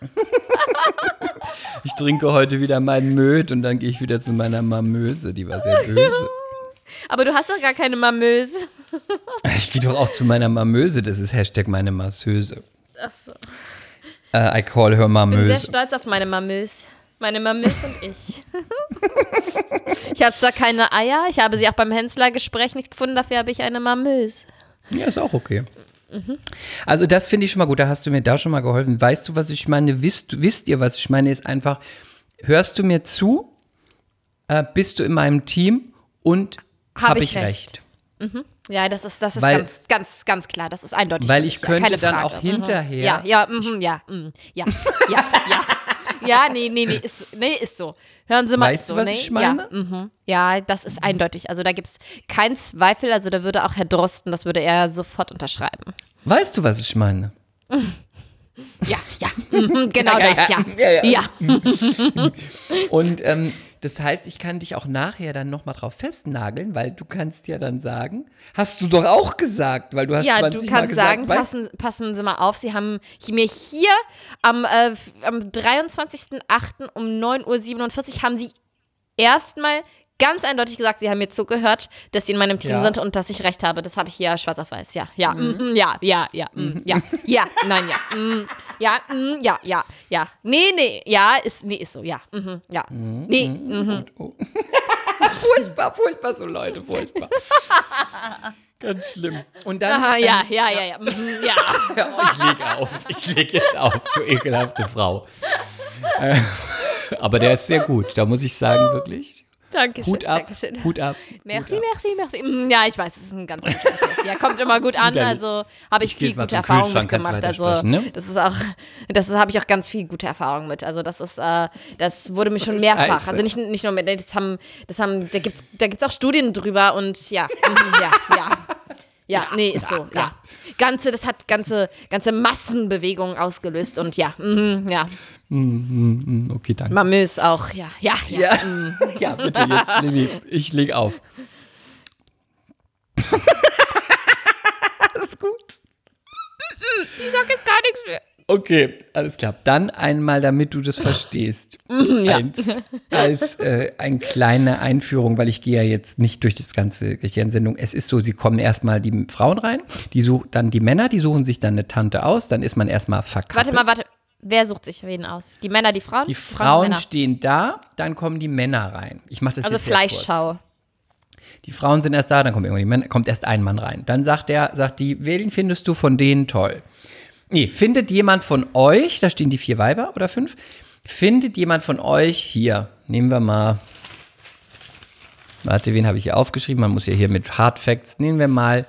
Ich trinke heute wieder meinen Möd und dann gehe ich wieder zu meiner Mamöse. Die war sehr böse. Aber du hast doch gar keine Mamös. Ich gehe doch auch zu meiner Mamöse. Das ist Hashtag meine Masseuse. Achso. I call her Ich bin sehr Mamöse. stolz auf meine Mamös. Meine Mamös und ich. Ich habe zwar keine Eier, ich habe sie auch beim Hensler-Gespräch nicht gefunden, dafür habe ich eine Mamös. Ja, ist auch okay. Also das finde ich schon mal gut, da hast du mir da schon mal geholfen. Weißt du, was ich meine? Wisst ihr, was ich meine? Ist einfach, hörst du mir zu? Bist du in meinem Team? Und habe ich recht? Ja, das ist Weil- ganz, ganz, ganz klar. Das ist eindeutig. Weil für ich mich, ja, könnte keine dann Frage. auch hinterher- Ja. Ja, nee, ist so. Hören Sie mal, Weißt ist so. du, was nee, ich meine? Ja, das ist eindeutig. Also da gibt es keinen Zweifel. Also da würde auch Herr Drosten, das würde er sofort unterschreiben. Weißt du, was ich meine? Ja, genau das, ja. Und das heißt, ich kann dich auch nachher dann nochmal drauf festnageln, weil du kannst ja dann sagen, hast du doch auch gesagt, weil du hast Ja, 20 du Mal kannst gesagt, sagen, passen Sie mal auf, Sie haben mir hier am 23.08. um 9:47 Uhr haben Sie erstmal ganz eindeutig gesagt, Sie haben mir zugehört, dass Sie in meinem Team Ja. sind und dass ich recht habe. Das habe ich hier schwarz auf weiß. Ja, ja, Mhm. ja, nee, ja, ist so, ja, ja, nee, Oh. Furchtbar, so Leute, furchtbar. Ganz schlimm. Und dann, aha, ja. ja, ich leg jetzt auf, du ekelhafte Frau. Aber der ist sehr gut, da muss ich sagen, wirklich. Dankeschön, Hut ab, Dankeschön. Hut ab. Merci. Hut ab. Ja, ich weiß, es ist ein ganz guter Ja, kommt immer gut an, Widerlich. also habe ich Ich geh viel jetzt mal gute zum Erfahrungen Kühlschrank, kannst mitgemacht. Also weitersprechen, ne? habe ich auch ganz viel gute Erfahrungen mit. Also das wurde mir schon mehrfach. Scheiße. Also nicht nur mit, da gibt's auch Studien drüber und ja. Ja, nee, ist so, ja. Das hat ganze Massenbewegungen ausgelöst und ja, ja. Okay, danke. Mamös auch, ja. Ja, ja bitte jetzt, Lilly, ich leg auf. Alles gut. Ich sag jetzt gar nichts mehr. Okay, alles klar. Dann einmal, damit du das verstehst, als eine kleine Einführung, weil ich gehe ja jetzt nicht durch die Sendung. Es ist so, sie kommen erstmal die Frauen rein, dann die Männer, die suchen sich dann eine Tante aus, dann ist man erstmal verkappelt. Warte. Wer sucht sich wen aus? Die Männer, die Frauen? Die Frauen stehen da, dann kommen die Männer rein. Ich mache das also jetzt sehr kurz. Fleischschau. Die Frauen sind erst da, dann kommen irgendwann die Männer, kommt erst ein Mann rein. Dann sagt die, wen findest du von denen toll? Nee, findet jemand von euch, da stehen die 4 Weiber oder 5, findet jemand von euch, hier, nehmen wir mal, warte, wen habe ich hier aufgeschrieben? Man muss ja hier mit Hard Facts, nehmen wir mal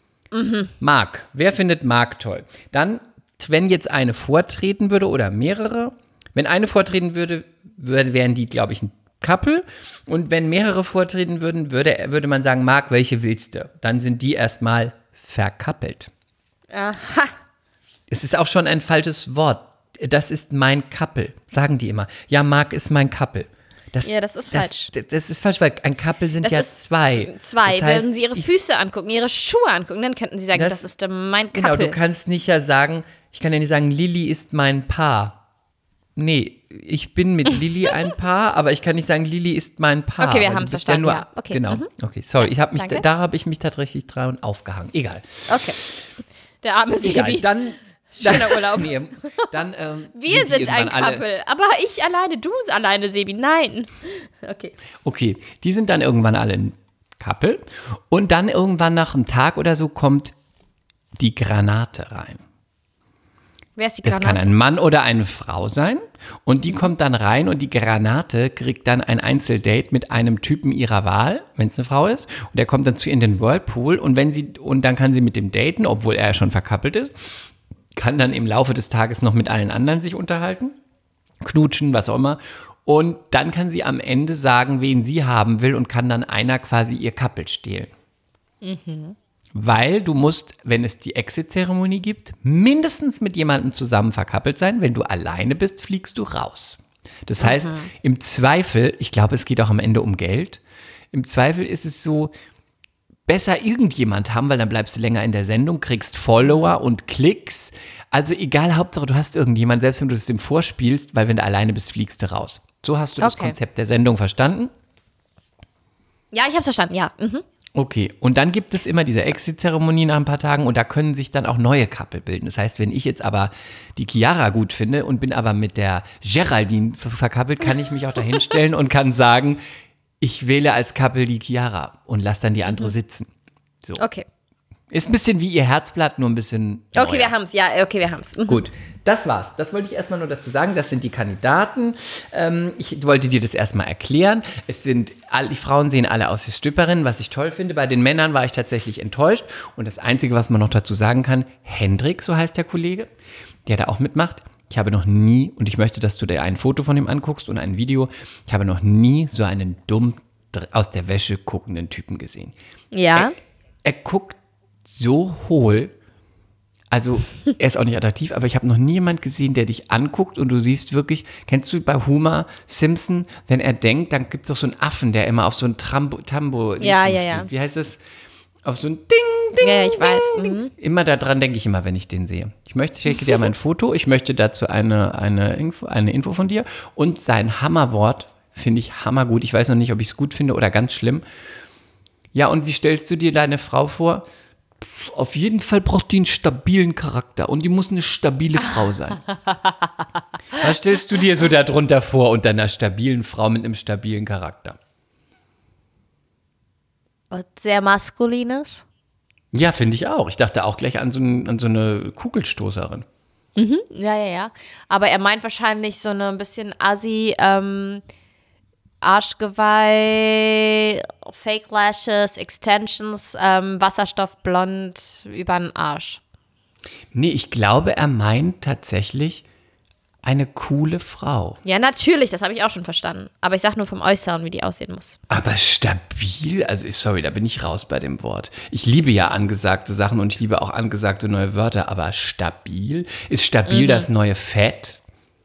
Marc. Wer findet Marc toll? Dann, wenn jetzt eine vortreten würde oder mehrere, wenn eine vortreten würde, wären die, glaube ich, ein Couple. Und wenn mehrere vortreten würden, würde man sagen, Marc, welche willst du? Dann sind die erstmal verkappelt. Aha. Es ist auch schon ein falsches Wort. Das ist mein Couple, sagen die immer. Ja, Marc ist mein Couple. Das ist falsch. Das ist falsch, weil ein Couple sind das ja ist zwei. Das heißt, wenn sie ihre Füße angucken, ihre Schuhe angucken, dann könnten sie sagen, das ist mein Couple. Genau, du kannst nicht sagen, ich kann ja nicht sagen, Lilly ist mein Paar. Nee, ich bin mit Lilly ein Paar, aber ich kann nicht sagen, Lilly ist mein Paar. Okay, wir haben es verstanden, ja. Okay. Genau, okay, sorry, da habe ich mich tatsächlich dran aufgehangen. Egal. Okay, der arme Sebi. Schöner Urlaub. Nee, wir sind ein Couple, aber ich alleine, du alleine, Sebi, nein. Okay, die sind dann irgendwann alle ein Couple und dann irgendwann nach einem Tag oder so kommt die Granate rein. Wer ist die Granate? Das kann ein Mann oder eine Frau sein und die kommt dann rein und die Granate kriegt dann ein Einzeldate mit einem Typen ihrer Wahl, wenn es eine Frau ist, und der kommt dann zu ihr in den Whirlpool und dann kann sie mit dem daten, obwohl er ja schon verkappelt ist, kann dann im Laufe des Tages noch mit allen anderen sich unterhalten, knutschen, was auch immer. Und dann kann sie am Ende sagen, wen sie haben will und kann dann einer quasi ihr Couple stehlen. Weil du musst, wenn es die Exit-Zeremonie gibt, mindestens mit jemandem zusammen verkappelt sein. Wenn du alleine bist, fliegst du raus. Das heißt, im Zweifel, ich glaube, es geht auch am Ende um Geld, im Zweifel ist es so, besser irgendjemand haben, weil dann bleibst du länger in der Sendung, kriegst Follower und Klicks. Also egal, Hauptsache du hast irgendjemand, selbst wenn du es dem vorspielst, weil wenn du alleine bist, fliegst du raus. So hast du das Konzept der Sendung verstanden? Ja, ich hab's verstanden, ja. Okay, und dann gibt es immer diese Exit-Zeremonie nach ein paar Tagen und da können sich dann auch neue Couple bilden. Das heißt, wenn ich jetzt aber die Chiara gut finde und bin aber mit der Geraldine verkappelt, kann ich mich auch dahin stellen und kann sagen, ich wähle als Couple die Chiara und lass dann die andere sitzen. So. Okay. Ist ein bisschen wie ihr Herzblatt, nur ein bisschen neuer. Okay, wir haben's. Ja, okay, wir haben's. Gut, das war's. Das wollte ich erstmal nur dazu sagen. Das sind die Kandidaten. Ich wollte dir das erstmal erklären. Die Frauen sehen alle aus wie Stripperinnen, was ich toll finde. Bei den Männern war ich tatsächlich enttäuscht. Und das Einzige, was man noch dazu sagen kann, Hendrik, so heißt der Kollege, der da auch mitmacht. Ich habe noch nie, und ich möchte, dass du dir ein Foto von ihm anguckst und ein Video, ich habe noch nie so einen dumm aus der Wäsche guckenden Typen gesehen. Ja. Er guckt so hohl, also er ist auch nicht attraktiv, aber ich habe noch nie jemand gesehen, der dich anguckt und du siehst wirklich, kennst du bei Homer Simpson, wenn er denkt, dann gibt es doch so einen Affen, der immer auf so ein Tambo ja. Wie heißt das? Auf so ein Ding, Ding, Ja, ich weiß. Ding. Immer daran denke ich immer, wenn ich den sehe. Ich schicke dir mein Foto, ich möchte dazu eine Info von dir und sein Hammerwort finde ich hammergut. Ich weiß noch nicht, ob ich es gut finde oder ganz schlimm. Ja, und wie stellst du dir deine Frau vor? Auf jeden Fall braucht die einen stabilen Charakter und die muss eine stabile Frau sein. Was stellst du dir so darunter vor unter einer stabilen Frau mit einem stabilen Charakter? Sehr maskulines. Ja, finde ich auch. Ich dachte auch gleich an so eine Kugelstoßerin. Ja. Aber er meint wahrscheinlich so ein bisschen assi, Arschgeweih, Fake Lashes, Extensions, Wasserstoffblond über den Arsch. Nee, ich glaube, er meint tatsächlich eine coole Frau. Ja, natürlich, das habe ich auch schon verstanden. Aber ich sage nur vom Äußeren, wie die aussehen muss. Aber stabil? Also, sorry, da bin ich raus bei dem Wort. Ich liebe ja angesagte Sachen und ich liebe auch angesagte neue Wörter, aber stabil? Ist stabil das neue Fett?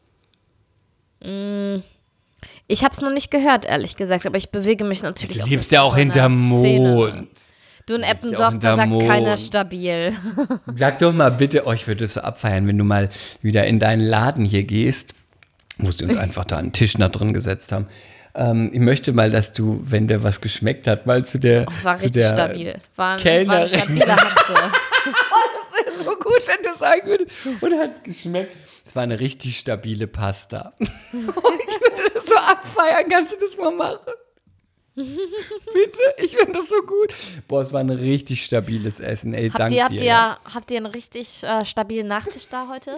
Ich habe es noch nicht gehört, ehrlich gesagt, aber ich bewege mich natürlich Du auch lebst nicht ja in auch so einer hinterm Szene. Mond. Du in ja auch Eppendorf, da hinterm sagt keiner Mond. stabil. Sag doch mal bitte, ich würde es so abfeiern, wenn du mal wieder in deinen Laden hier gehst, wo sie uns einfach da einen Tisch da drin gesetzt haben. Ich möchte mal, dass du, wenn dir was geschmeckt hat, mal zu der Das war zu richtig der stabil. War eine Kellnerin. stabile Haxe. Das wäre so gut, wenn du sagen würdest. Und hat es geschmeckt. Es war eine richtig stabile Pasta. Ich würde das so abfeiern. Kannst du das mal machen? Bitte? Ich finde das so gut. Boah, es war ein richtig stabiles Essen. Ey, Habt danke ihr dir. habt ihr einen richtig stabilen Nachtisch da heute?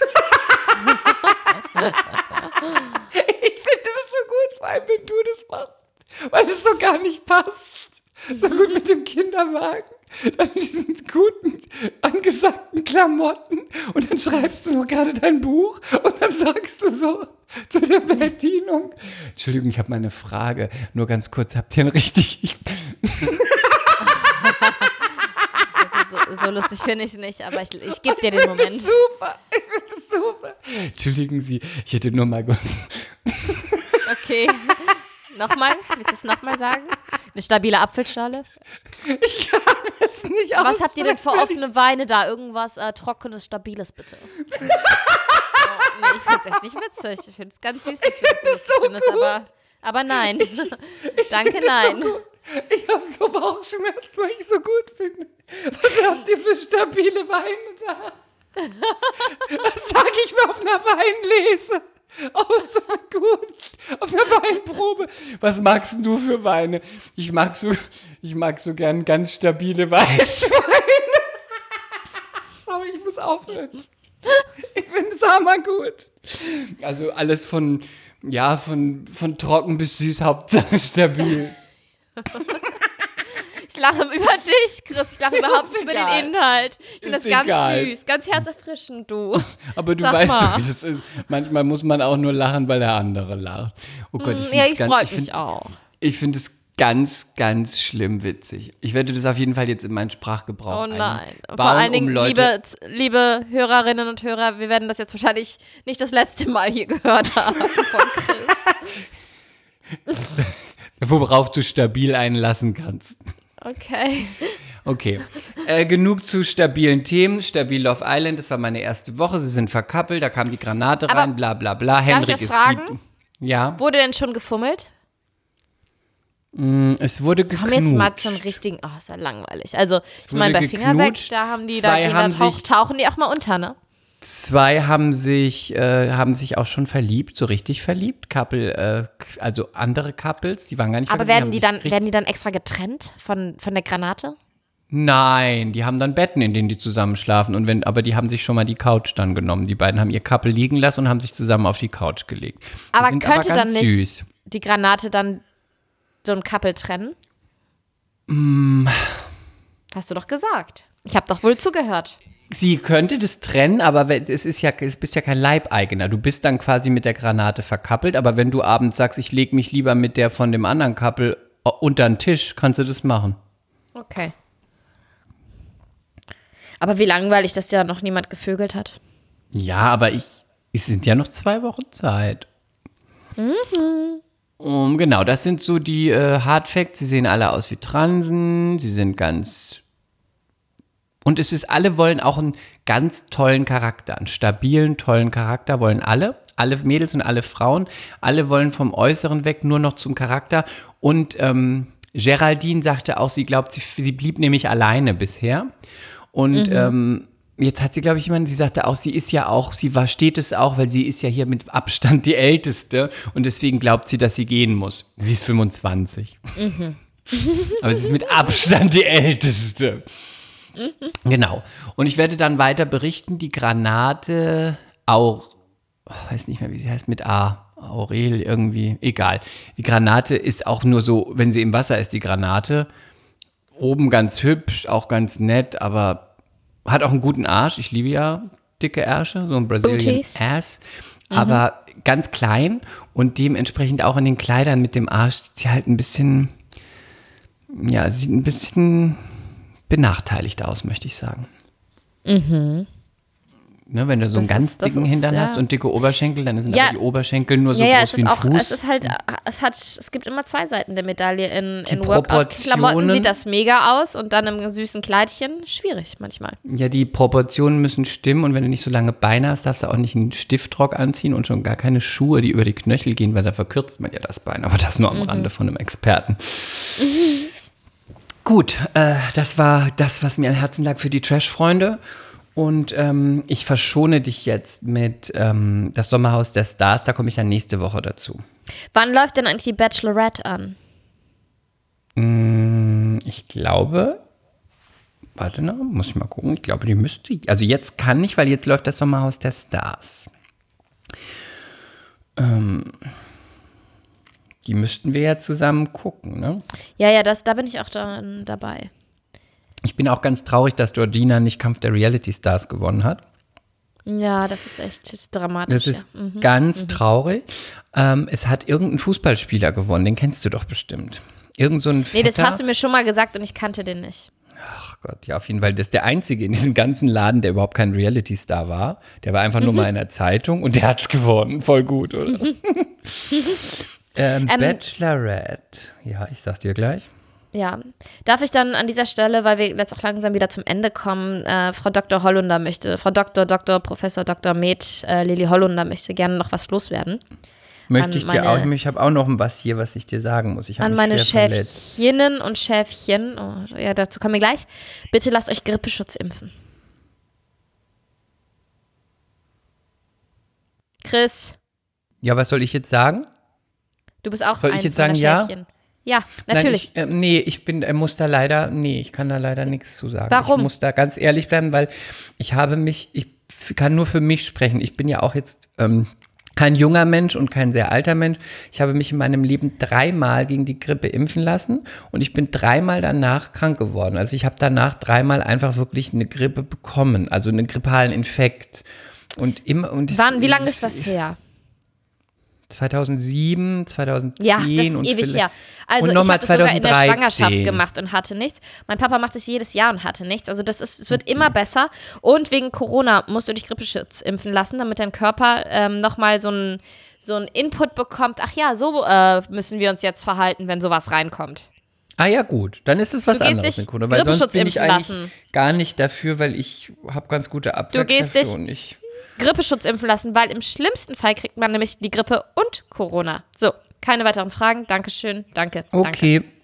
Ich finde das so gut, vor allem wenn du das machst. Weil es so gar nicht passt. So gut mit dem Kinderwagen. Dann diesen guten, angesagten Klamotten. Und dann schreibst du noch gerade dein Buch. Und dann sagst du so zu der Bedienung. Entschuldigung, ich habe mal eine Frage. Nur ganz kurz, habt ihr einen richtig... So lustig finde ich es nicht, aber ich gebe dir den Moment. Super, ich finde das super. Entschuldigen Sie, ich hätte nur mal... Okay. Nochmal? Willst du es nochmal sagen? Eine stabile Apfelschale? Ich kann es nicht Was habt ihr denn für aussprechen. offene Weine da? Irgendwas Trockenes, Stabiles, bitte. Oh, nee, ich finde es echt nicht witzig. Ich finde es ganz süß, dass du das so lustig findest, aber nein. Danke, nein. So ich habe so Bauchschmerzen, weil ich so gut finde. Was habt ihr für stabile Weine da? Das sage ich mir auf einer Weinlese. Oh, so gut. Auf einer Weinprobe. Was magst denn du für Weine? Ich mag so gern ganz stabile Weißweine. Sorry, ich muss aufhören. Ich finde es hammergut. Also alles von trocken bis süß, Hauptsache stabil. Ich lache über dich, Chris. Ich lache überhaupt nicht über egal. den Inhalt. Ich finde Ist das ganz egal. süß, ganz herzerfrischend, du. Aber du Sag weißt mal. doch, wie es ist. Manchmal muss man auch nur lachen, weil der andere lacht. Oh Gott, Ich freue mich auch. Ich finde es ganz, ganz schlimm witzig. Ich werde das auf jeden Fall jetzt in meinen Sprachgebrauch Oh nein. einbauen, Vor allen Dingen, Leute, liebe Hörerinnen und Hörer, wir werden das jetzt wahrscheinlich nicht das letzte Mal hier gehört haben von Chris. worauf du stabil einlassen kannst. Okay. Okay, genug zu stabilen Themen. Stabil Love Island, das war meine erste Woche. Sie sind verkappelt, da kam die Granate Aber rein, bla bla bla. darf ich Henrik das ist fragen? Ja, Wurde denn schon gefummelt? es wurde geknutscht. Komm jetzt mal zum richtigen. Oh, ist ja langweilig. Also, ich meine, wurde bei Finger weg, geknutscht. da haben die, Zwei haben tauchen die auch mal unter, ne? Zwei haben sich auch schon verliebt, so richtig verliebt. Also andere Couples, die waren gar nicht Aber verliebt. werden die dann extra getrennt von der Granate? Nein, die haben dann Betten, in denen die zusammen schlafen. Aber die haben sich schon mal die Couch dann genommen. Die beiden haben ihr Couple liegen lassen und haben sich zusammen auf die Couch gelegt. Die Aber sind könnte ganz dann nicht süß. die Granate dann so ein Couple trennen? Hast du doch gesagt. Ich habe doch wohl zugehört. Sie könnte das trennen, aber es bist ja kein Leibeigener. Du bist dann quasi mit der Granate verkappelt, aber wenn du abends sagst, ich lege mich lieber mit der von dem anderen Couple unter den Tisch, kannst du das machen. Okay. Aber wie langweilig, dass ja noch niemand gevögelt hat. Ja, aber es sind ja noch 2 Wochen Zeit. Genau, das sind so die Hard Facts. Sie sehen alle aus wie Transen. Sie sind ganz... Und alle wollen auch einen ganz tollen Charakter, einen stabilen, tollen Charakter wollen alle. Alle Mädels und alle Frauen. Alle wollen vom Äußeren weg nur noch zum Charakter. Und Geraldine sagte auch, sie glaubt, sie blieb nämlich alleine bisher. Und jetzt hat sie, glaube ich, sie sagte auch, sie versteht es auch, weil sie ist ja hier mit Abstand die Älteste und deswegen glaubt sie, dass sie gehen muss. Sie ist 25. Aber sie ist mit Abstand die Älteste. Genau. Und ich werde dann weiter berichten, die Granate weiß nicht mehr, wie sie heißt, mit A. Aurel irgendwie, egal. Die Granate ist auch nur so, wenn sie im Wasser ist, die Granate. Oben ganz hübsch, auch ganz nett, aber hat auch einen guten Arsch. Ich liebe ja dicke Ärsche, so ein Brazilian Booties. Ass. aber ganz klein und dementsprechend auch in den Kleidern mit dem Arsch sieht sie halt ein bisschen, ja, sieht ein bisschen benachteiligt aus, möchte ich sagen. Ne, wenn du so einen ganz dicken Hintern hast und dicke Oberschenkel, dann sind aber die Oberschenkel nur so groß wie ein Fuß. Es ist halt, es gibt immer zwei Seiten der Medaille. In Workout-Klamotten sieht das mega aus und dann im süßen Kleidchen schwierig manchmal. Ja, die Proportionen müssen stimmen und wenn du nicht so lange Beine hast, darfst du auch nicht einen Stiftrock anziehen und schon gar keine Schuhe, die über die Knöchel gehen, weil da verkürzt man ja das Bein. Aber das nur am Rande von einem Experten. Gut, das war das, was mir am Herzen lag für die Trash-Freunde. Und ich verschone dich jetzt mit das Sommerhaus der Stars. Da komme ich dann nächste Woche dazu. Wann läuft denn eigentlich die Bachelorette an? Ich glaube, warte noch, muss ich mal gucken. Ich glaube, die müsste, also jetzt kann nicht, weil jetzt läuft das Sommerhaus der Stars. Die müssten wir ja zusammen gucken, ne? Ja, da bin ich auch dabei. Ich bin auch ganz traurig, dass Georgina nicht Kampf der Reality Stars gewonnen hat. Ja, das ist echt dramatisch. Das ist ganz traurig. Es hat irgendein Fußballspieler gewonnen, den kennst du doch bestimmt. Irgend so ein Vetter. Nee, das hast du mir schon mal gesagt und ich kannte den nicht. Ach Gott, ja, auf jeden Fall. Das ist der Einzige in diesem ganzen Laden, der überhaupt kein Reality-Star war. Der war einfach nur mal in der Zeitung und der hat's gewonnen. Voll gut, oder? Bachelorette. Ja, ich sag dir gleich. Ja, darf ich dann an dieser Stelle, weil wir jetzt auch langsam wieder zum Ende kommen, Frau Dr. Hollunder Frau Dr. Professor Dr. Med, Lilly Hollunder möchte gerne noch was loswerden. Möchte ich dir auch, ich habe auch noch was hier, was ich dir sagen muss. Ich an meine Schäfchinnen und Schäfchen, dazu kommen wir gleich, bitte lasst euch Grippeschutz impfen. Chris. Ja, was soll ich jetzt sagen? Du bist auch soll eins ich jetzt sagen, meiner Schäfchen. Ja, natürlich. Nein, ich kann da leider nichts zu sagen. Warum? Ich muss da ganz ehrlich bleiben, weil ich kann nur für mich sprechen. Ich bin ja auch jetzt kein junger Mensch und kein sehr alter Mensch. Ich habe mich in meinem Leben 3-mal gegen die Grippe impfen lassen und ich bin 3-mal danach krank geworden. Also ich habe danach 3-mal einfach wirklich eine Grippe bekommen, also einen grippalen Infekt. Wie lange ist das her? 2007, 2010 ja, das ist ewig her. Also und ich nochmal habe das sogar in der 2013. Schwangerschaft gemacht und hatte nichts. Mein Papa macht es jedes Jahr und hatte nichts. Also es wird immer besser. Und wegen Corona musst du dich Grippeschutz impfen lassen, damit dein Körper nochmal so einen Input bekommt. Ach ja, so müssen wir uns jetzt verhalten, wenn sowas reinkommt. Ah ja, gut. Dann ist es was anderes mit Corona. Weil sonst bin ich eigentlich gar nicht dafür, weil ich habe ganz gute Abwehrkräfte. Du gehst dich Grippeschutz impfen lassen, weil im schlimmsten Fall kriegt man nämlich die Grippe und Corona. So, keine weiteren Fragen. Dankeschön. Danke. Okay. Danke.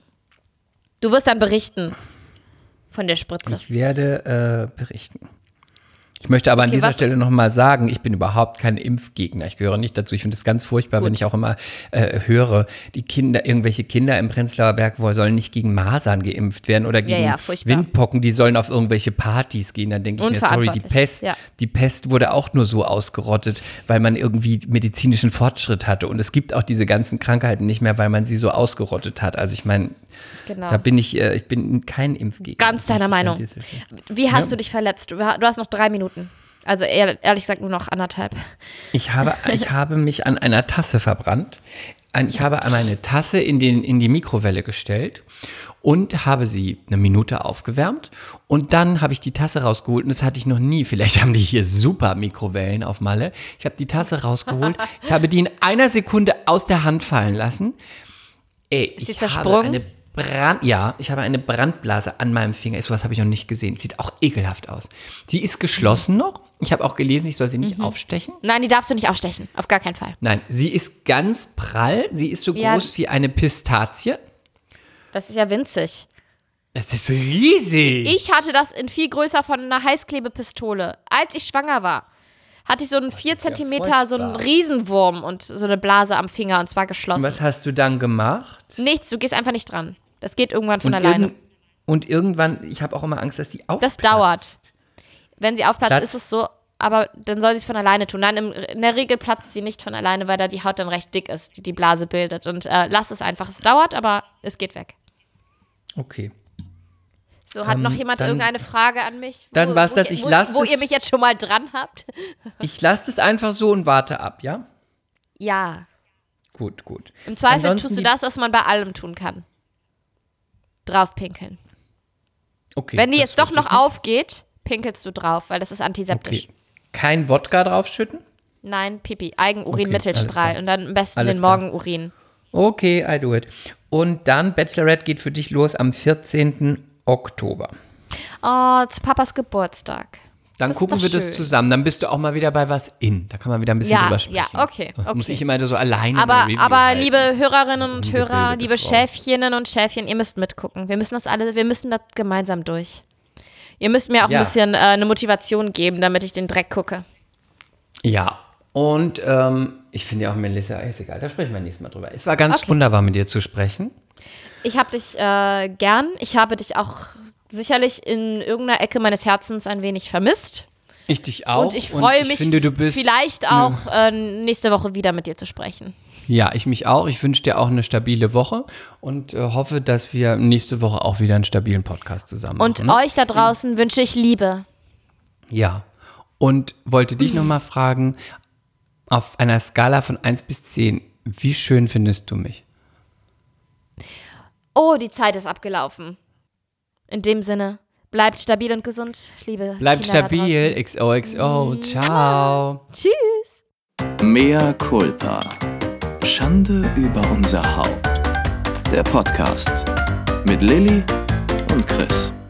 Du wirst dann berichten von der Spritze. Ich werde berichten. Ich möchte aber an dieser Stelle nochmal sagen, ich bin überhaupt kein Impfgegner. Ich gehöre nicht dazu. Ich finde es ganz furchtbar, wenn ich auch immer höre, irgendwelche Kinder im Prenzlauer Berg sollen nicht gegen Masern geimpft werden oder gegen Windpocken, die sollen auf irgendwelche Partys gehen. Dann denke ich mir, sorry, die Pest wurde auch nur so ausgerottet, weil man irgendwie medizinischen Fortschritt hatte. Und es gibt auch diese ganzen Krankheiten nicht mehr, weil man sie so ausgerottet hat. Also ich meine, da bin ich bin kein Impfgegner. Ganz deiner Meinung. Wie hast du dich verletzt? Du hast noch 3 Minuten. Also ehrlich gesagt nur noch 1,5. Ich habe mich an einer Tasse verbrannt. Ich habe meine Tasse in die Mikrowelle gestellt und habe sie 1 Minute aufgewärmt. Und dann habe ich die Tasse rausgeholt und das hatte ich noch nie. Vielleicht haben die hier super Mikrowellen auf Malle. Ich habe die Tasse rausgeholt. Ich habe die in 1 Sekunde aus der Hand fallen lassen. Ist sie zersprungen? Ich habe eine Brandblase an meinem Finger. Sowas habe ich noch nicht gesehen. Sieht auch ekelhaft aus. Sie ist geschlossen noch. Ich habe auch gelesen, ich soll sie nicht aufstechen. Nein, die darfst du nicht aufstechen. Auf gar keinen Fall. Nein, sie ist ganz prall. Sie ist so groß wie eine Pistazie. Das ist ja winzig. Das ist riesig. Ich hatte das in viel größer von einer Heißklebepistole. Als ich schwanger war, hatte ich so einen 4 Zentimeter, so einen Riesenwurm und so eine Blase am Finger und zwar geschlossen. Und was hast du dann gemacht? Nichts, du gehst einfach nicht dran. Das geht irgendwann von alleine. Und irgendwann, ich habe auch immer Angst, dass die aufplatzt. Das dauert. Wenn sie aufplatzt, ist es so, aber dann soll sie es von alleine tun. Nein, in der Regel platzt sie nicht von alleine, weil da die Haut dann recht dick ist, die Blase bildet. Und lass es einfach. Es dauert, aber es geht weg. Okay. So, hat noch jemand irgendeine Frage an mich? Dann war's das. Wo ihr mich jetzt schon mal dran habt? Ich lasse es einfach so und warte ab, ja? Ja. Gut. Im Zweifel Ansonsten tust du das, was man bei allem tun kann. Drauf pinkeln. Okay. Wenn die das jetzt doch wusste noch ich nicht. aufgeht, pinkelst du drauf, weil das ist antiseptisch. Okay. Kein Wodka draufschütten? Nein, Pipi, Eigenurin, Okay, Mittelstrahl alles und dann am besten Alles den klar. Morgenurin. Okay, I do it. Und dann, Bachelorette geht für dich los am 14. Oktober. Oh, zu Papas Geburtstag. Dann Das ist gucken doch wir das schön. zusammen. Dann bist du auch mal wieder bei was in. Da kann man wieder ein bisschen drüber sprechen. Ja, okay. Das muss ich immer so alleine Aber, eine Review aber halten. liebe Hörerinnen und Hörer, Ungebildete liebe Frau. Schäfcheninnen und Schäfchen, ihr müsst mitgucken. Wir müssen das gemeinsam durch. Ihr müsst mir auch Ja. ein bisschen eine Motivation geben, damit ich den Dreck gucke. Ja, und ich finde ja auch Melissa, ist egal, da sprechen wir nächstes Mal drüber. Es war ganz wunderbar, mit dir zu sprechen. Ich habe dich gern. Ich habe dich auch sicherlich in irgendeiner Ecke meines Herzens ein wenig vermisst. Ich dich auch. Und ich freue mich finde, du bist vielleicht auch nächste Woche wieder mit dir zu sprechen. Ja, ich mich auch. Ich wünsche dir auch eine stabile Woche und hoffe, dass wir nächste Woche auch wieder einen stabilen Podcast zusammen machen. Und euch da draußen wünsche ich Liebe. Ja. Und wollte dich nochmal fragen, auf einer Skala von 1 bis 10, wie schön findest du mich? Oh, die Zeit ist abgelaufen. In dem Sinne, bleibt stabil und gesund, liebe Bleibt Kinder da stabil. draußen. XOXO. Ciao. Tschüss. Mea culpa. Schande über unser Haupt. Der Podcast mit Lilly und Chris.